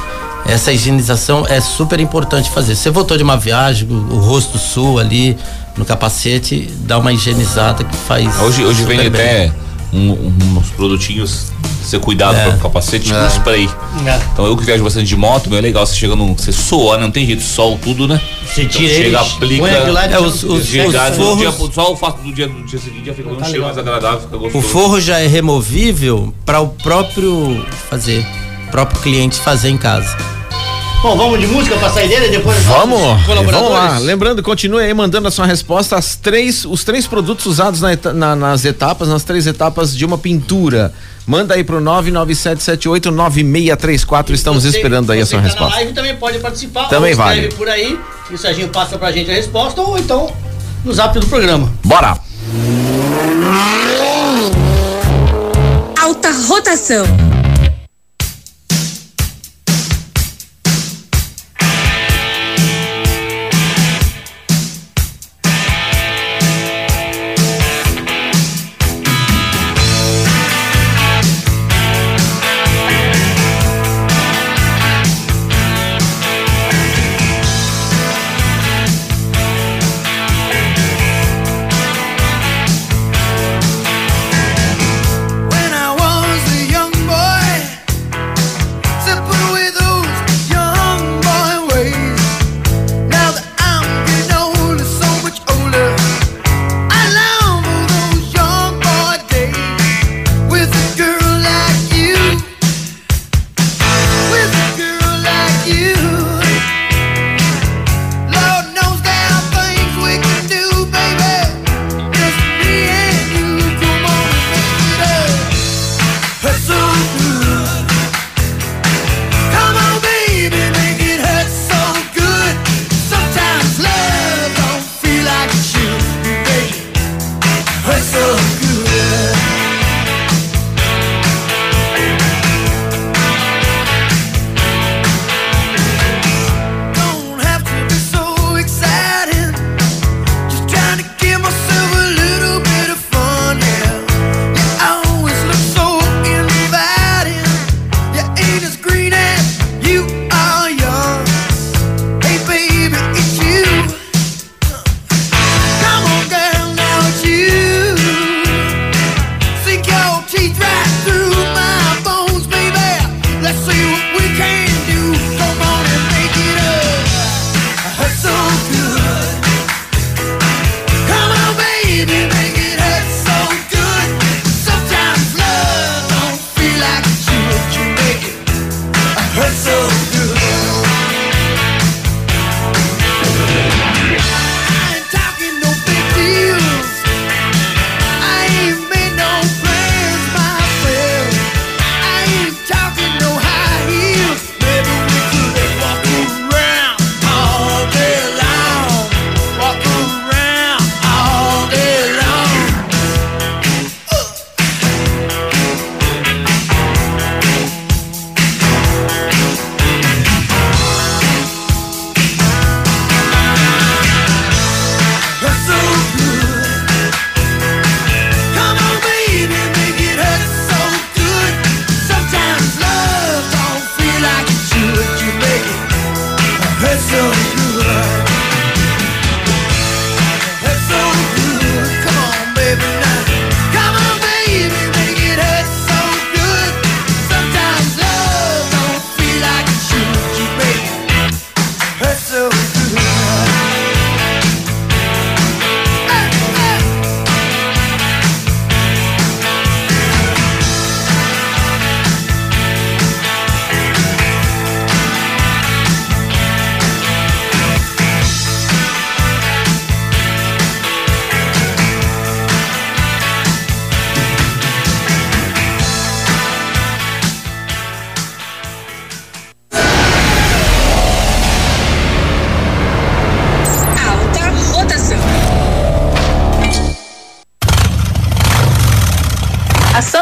essa higienização é super importante fazer. Você voltou de uma viagem, o, o rosto sul ali no capacete, dá uma higienizada que faz. Hoje, hoje super vem bem. até um- uns produtinhos ser cuidado É. para o capacete, tipo um spray. É. Então eu que viajo bastante de moto, meu, é legal, você chega num. Você soa, né? Não tem jeito, sol tudo, né? Você Então tira chega, ele, aplica. põe aquilo lá e É, deixa os- no- os- Chega, os no dia, forros- só o fato do dia, do dia seguinte já fica um Tá cheiro legal. mais agradável, fica O gostoso. forro já é removível para o próprio fazer, o próprio cliente fazer em casa. Bom, vamos de música pra saideira e depois Vamos, os colaboradores? vamos lá. Lembrando, continue aí mandando a sua resposta. As três, os três produtos usados na eta- na- nas etapas, nas três etapas de uma pintura. Manda aí pro nove nove sete sete oito nove seis três quatro. Estamos Você- esperando aí a você sua que tá resposta. na live também pode participar. Também ou escreve vale. por aí e o Serginho passa pra gente a resposta ou então no zap do programa. Bora! Alta rotação. When I was a young boy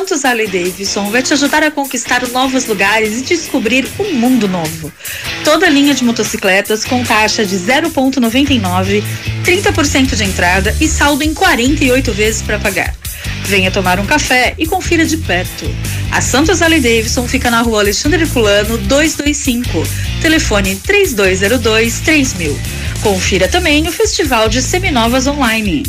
Santos Harley Davidson vai te ajudar a conquistar novos lugares e descobrir um mundo novo. Toda a linha de motocicletas com taxa de zero vírgula noventa e nove, trinta por cento de entrada e saldo em quarenta e oito vezes para pagar. Venha tomar um café e confira de perto. A Santos Harley Davidson fica na rua Alexandre Herculano duzentos e vinte e cinco, telefone três dois zero dois, três mil. Confira também o Festival de Seminovas online.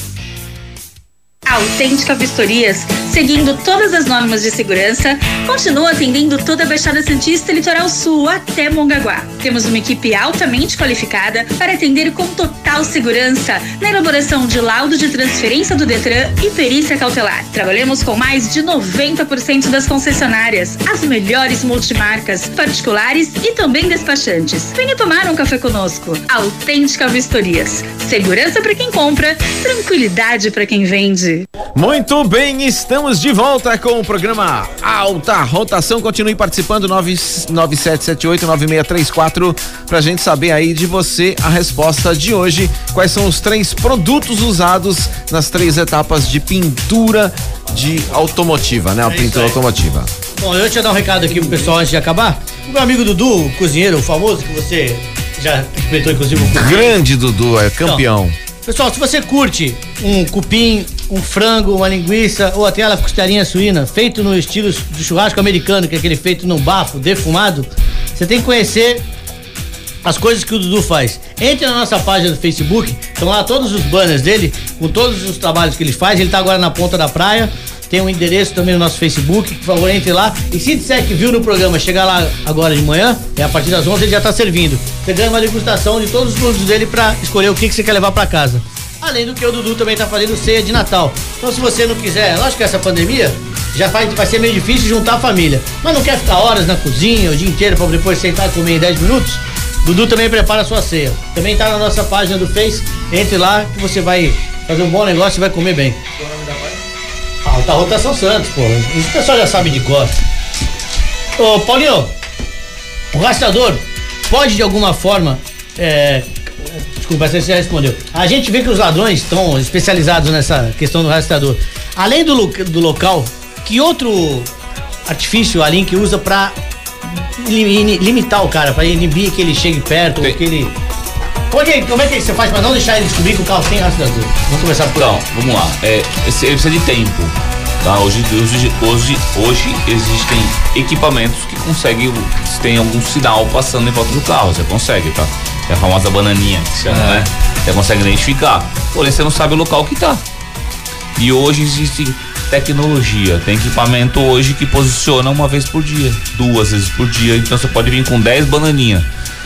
A Autêntica Vistorias, seguindo todas as normas de segurança, continua atendendo toda a Baixada Santista e Litoral Sul até Mongaguá. Temos uma equipe altamente qualificada para atender com total segurança na elaboração de laudo de transferência do Detran e perícia cautelar. Trabalhamos com mais de noventa por cento das concessionárias, as melhores multimarcas, particulares e também despachantes. Venha tomar um café conosco. Autêntica Vistorias. Segurança para quem compra, tranquilidade para quem vende. Muito bem, estamos de volta com o programa Alta Rotação. Continue participando, nove nove sete sete oito nove seis três quatro, pra gente saber aí de você a resposta de hoje. Quais são os três produtos usados nas três etapas de pintura de automotiva, né? A É pintura automotiva. Bom, eu deixa eu dar um recado aqui pro pessoal antes de acabar. O meu amigo Dudu, o cozinheiro, o famoso, que você já experimentou, inclusive, o Grande Dudu, é campeão. Então, pessoal, se você curte um cupim, um frango, uma linguiça ou até aquela costelinha suína feito no estilo de churrasco americano, que é aquele feito no bafo, defumado, você tem que conhecer as coisas que o Dudu faz. Entre na nossa página do Facebook, estão lá todos os banners dele, com todos os trabalhos que ele faz. Ele tá agora na Ponta da Praia, tem um endereço também no nosso Facebook, por favor, entre lá. E se disser que viu no programa, chegar lá agora de manhã, é a partir das onze, ele já tá servindo. Você ganha uma degustação de todos os produtos dele pra escolher o que, que você quer levar pra casa. Além do que o Dudu também tá fazendo ceia de Natal. Então, se você não quiser, lógico que essa pandemia já vai, vai ser meio difícil juntar a família, mas não quer ficar horas na cozinha o dia inteiro pra depois sentar e comer em dez minutos, Dudu também prepara a sua ceia. Também tá na nossa página do Face, entre lá que você vai fazer um bom negócio e vai comer bem. Alta Rotação Santos, pô. Isso o pessoal já sabe de cor. Ô, Paulinho, o rastreador pode de alguma forma, é, desculpa, você já respondeu. A gente vê que os ladrões estão especializados nessa questão do rastreador. Além do, do local, que outro artifício a Link usa pra lim, limitar o cara, pra inibir que ele chegue perto, ou que ele... Como é, que, como é que você faz pra não deixar ele descobrir que o carro tem rastreador? Vamos começar por Então, vamos lá. É, esse, ele precisa de tempo. Tá? Hoje, hoje, hoje, hoje existem equipamentos que conseguem, se tem algum sinal passando em volta do carro, você consegue, tá? É a famosa bananinha que se chama, é. né? Você consegue identificar. Porém, você não sabe o local que tá. E hoje existe tecnologia, tem equipamento hoje que posiciona uma vez por dia, duas vezes por dia, então você pode vir com dez bananinhas.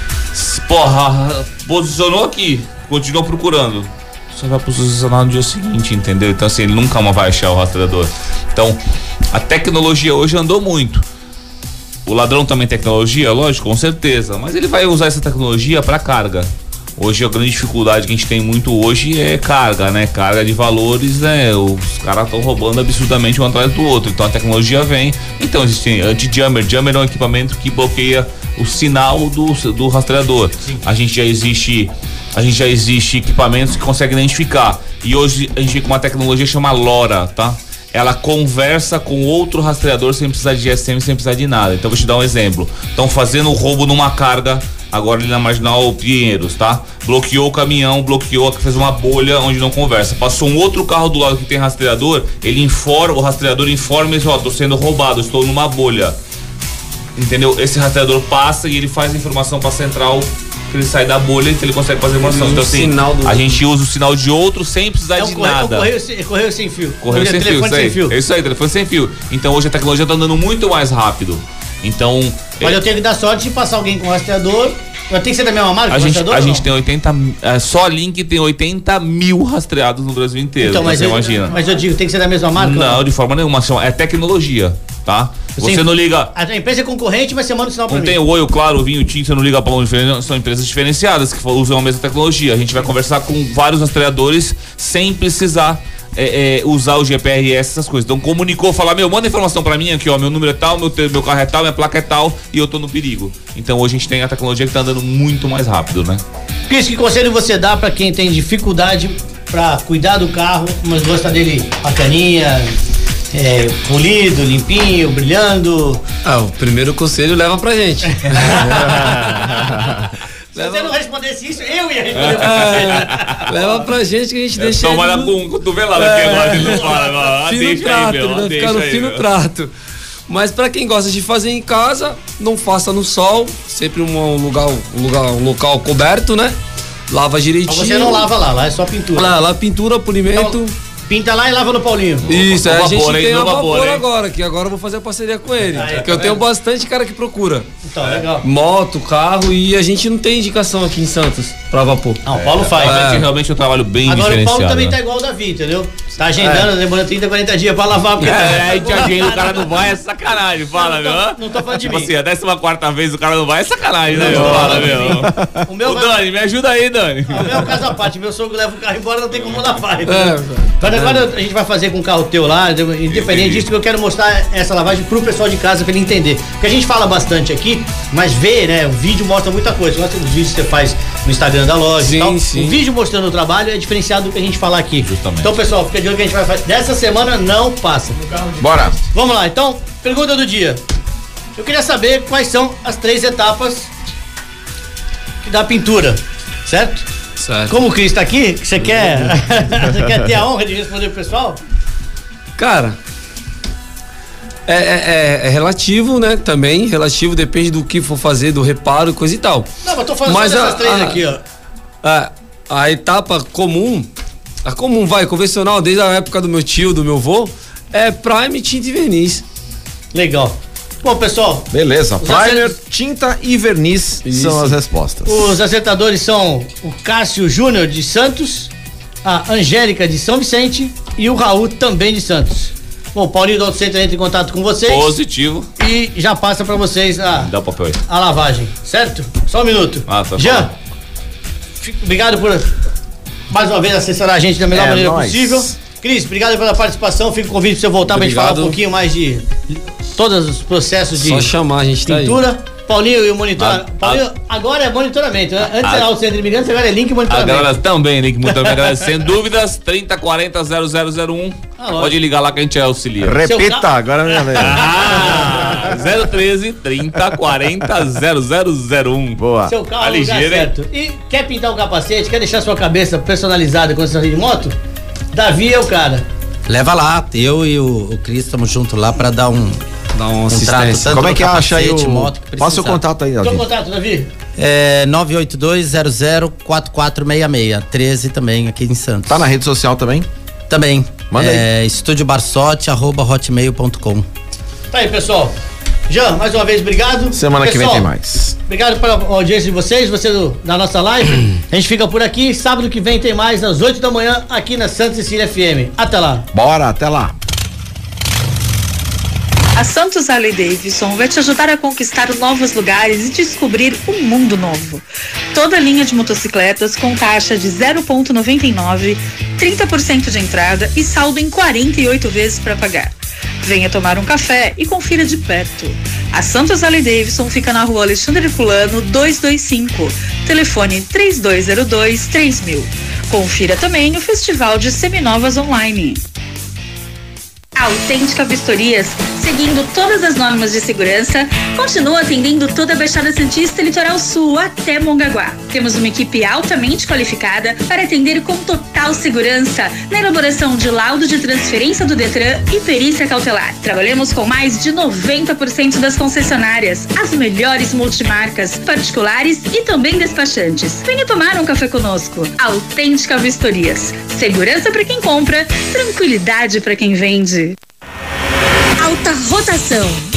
Porra, posicionou aqui, continua procurando. Você vai posicionar no dia seguinte, entendeu? Então assim, ele nunca mais vai achar o rastreador. Então, a tecnologia hoje andou muito. O ladrão também tem tecnologia? Lógico, com certeza. Mas ele vai usar essa tecnologia para carga. Hoje a grande dificuldade que a gente tem muito hoje é carga, né? Carga de valores, né? Os caras estão roubando absurdamente um atrás do outro. Então a tecnologia vem. Então existe anti-jammer. Jammer é um equipamento que bloqueia o sinal do, do rastreador. Sim. A gente já existe, a gente já existe equipamentos que conseguem identificar. E hoje a gente tem uma tecnologia que chama LoRa, tá? Ela conversa com outro rastreador sem precisar de G S M, sem precisar de nada. Então vou te dar um exemplo. Estão fazendo o roubo numa carga agora ali na Marginal Pinheiros, tá? Bloqueou o caminhão, bloqueou, fez uma bolha onde não conversa. Passou um outro carro do lado que tem rastreador, ele informa, o rastreador informa isso, ó, tô sendo roubado, estou numa bolha. Entendeu? Esse rastreador passa e ele faz a informação pra central, que ele sai da bolha e ele consegue fazer a informação. Então assim, a gente usa o sinal de outro sem precisar é de correio, nada. Correio sem, correio sem fio. Correio sem fio, isso aí. Fio. É isso aí, telefone sem fio. Então hoje a tecnologia tá andando muito mais rápido. Então. Mas é, eu tenho que dar sorte de passar alguém com rastreador. Tem que ser da mesma marca? A gente, a gente tem oitenta. Só a Link tem oitenta mil rastreados no Brasil inteiro. Então, mas você eu, imagina. Mas eu digo, tem que ser da mesma marca? Não, de forma nenhuma. É tecnologia, tá? Você não liga. A empresa é concorrente, mas você manda o sinal pra mim. Não tem o Oi, o Claro, o Vinho, o Tim, você não liga pra onde são empresas diferenciadas que usam a mesma tecnologia. A gente vai conversar com vários rastreadores sem precisar. É, é, usar o G P R S, essas coisas. Então comunicou, falar, meu, manda informação pra mim aqui, ó, meu número é tal, meu, meu carro é tal, minha placa é tal e eu tô no perigo. Então hoje a gente tem a tecnologia que tá andando muito mais rápido, né? Cris, que conselho você dá pra quem tem dificuldade pra cuidar do carro, mas gosta dele bacaninha, é, polido, limpinho, brilhando? Ah, o primeiro conselho leva pra gente. Se você não respondesse isso, eu ia responder pra É, leva pra gente que a gente deixa. Toma ele lá no- com um cotovelado aqui agora, ele não fala. agora. Ah, fino deixa trato, aí, meu. ele vai deixa ficar no aí, fino meu. trato. Mas pra quem gosta de fazer em casa, não faça no sol, sempre um, um lugar, um lugar, um local coberto, né? Lava direitinho. Mas você não lava lá, lá é só pintura. Lá, lá pintura, polimento. Então, pinta lá e lava no Paulinho. Isso, no é, a vapor, gente hein, tem no a vapor, vapor, hein? agora, que agora eu vou fazer a parceria com ele. Ah, é, porque tá eu tenho vendo? bastante cara que procura. Então, legal. Moto, carro, e a gente não tem indicação aqui em Santos pra vapor. Não, o Paulo faz. Realmente, realmente é um trabalho bem Agora o Paulo diferenciado. também né? tá igual o Davi, entendeu? Tá agendando, demorando trinta, quarenta dias pra lavar, porque É, tá- aí de agenda o cara não vai, é sacanagem, fala, Não, meu. não tô- não tô falando de Tipo mim. assim, a décima quarta vez o cara não vai, é sacanagem, né, meu? Não, Fala, não, meu. O meu Ô, vai- Dani, me ajuda aí, Dani. O meu caso à parte, meu sogro leva o carro embora, não tem como lavar. entendeu? É, Mas agora a gente vai fazer com o carro teu lá, independente disso, que eu quero mostrar essa lavagem pro pessoal de casa pra ele entender. Porque a gente fala bastante aqui, mas vê, né? O vídeo mostra muita coisa. Nós temos vídeos que você faz no Instagram da loja Sim, e tal. sim. O vídeo mostrando o trabalho é diferenciado do que a gente falar aqui. Justamente. Então, pessoal, fica de olho que a gente vai fazer. Dessa semana não passa. Bora. Vamos lá, então, pergunta do dia. Eu queria saber quais são as três etapas da pintura, certo? certo. Como o Cris tá aqui, que você quer, você quer ter a honra de responder pro pessoal? Cara, é, é- é- é relativo, né? Também, relativo, depende do que for fazer, do reparo, coisa e tal. Não, mas tô falando Mas só dessas a- três a- aqui, ó. A, a etapa comum, a comum vai, convencional, desde a época do meu tio, do meu avô, é prime, tinta e verniz. Legal. Bom, pessoal, Beleza. Os Primer, acert- tinta e verniz Isso. são as respostas. os acertadores são o Cássio Júnior de Santos, a Angélica de São Vicente e o Raul também de Santos. Bom, o Paulinho do Auto Center entra em contato com vocês Positivo. e já passa pra vocês a, Dá o papel aí. a lavagem, certo? Só um minuto. Ah, tá Jean, falando. fico- obrigado por mais uma vez assessorar a gente da melhor É maneira nóis. possível. Cris, obrigado pela participação. Fica o convite pra você voltar pra gente falar um Obrigado. pouquinho mais de todos os processos de Só chamar, a gente tá aí. pintura. Paulinho e o monitor. A- Paulinho, agora é monitoramento, né? Antes a- era o centro de imigrantes, agora é link e A monitoramento. galera também, Link, muito bem, galera. Sem dúvidas, trinta quarenta zero zero zero um. Ah, lógico. Pode ligar lá que a gente auxilia. Repita, ca- agora minha vez. Ah, zero um três, trinta quarenta zero zero zero um. Boa. Seu carro Tá é o lugar ligeiro, hein? certo. E quer pintar um capacete, quer deixar sua cabeça personalizada quando você tá de moto? Davi é o cara. Leva lá, eu e o, o Cris estamos juntos lá pra dar um, Dá uma um trato assistência. tanto Como é no que acha aí capacete, o... moto que Passa o precisar. contato aí, Teu Davi. contato, Davi? É nove oito dois zero zero quatro quatro seis seis, treze também aqui em Santos. Tá na rede social também? Também. Manda é, estúdio barsote arroba hotmail ponto com. Tá aí, pessoal. Jean, mais uma vez, obrigado. Semana que vem Pessoal, tem mais. Obrigado pela audiência de vocês, você do, da nossa live. A gente fica por aqui. Sábado que vem tem mais, às oito da manhã, aqui na Santa Cecília F M. Até lá. Bora, até lá. A Santos Harley Davidson vai te ajudar a conquistar novos lugares e descobrir um mundo novo. Toda a linha de motocicletas com taxa de zero vírgula noventa e nove, trinta por cento de entrada e saldo em quarenta e oito vezes para pagar. Venha tomar um café e confira de perto. A Santos Harley Davidson fica na rua Alexandre Fulano duzentos e vinte e cinco, telefone três dois zero dois três mil. Confira também o Festival de Seminovas Online. Autêntica Vistorias, seguindo todas as normas de segurança, continua atendendo toda a Baixada Santista e Litoral Sul até Mongaguá. Temos uma equipe altamente qualificada para atender com total segurança na elaboração de laudo de transferência do Detran e perícia cautelar. Trabalhamos com mais de noventa por cento das concessionárias, as melhores multimarcas, particulares e também despachantes. Venha tomar um café conosco. Autêntica Vistorias. Segurança para quem compra, tranquilidade para quem vende. Alta rotação.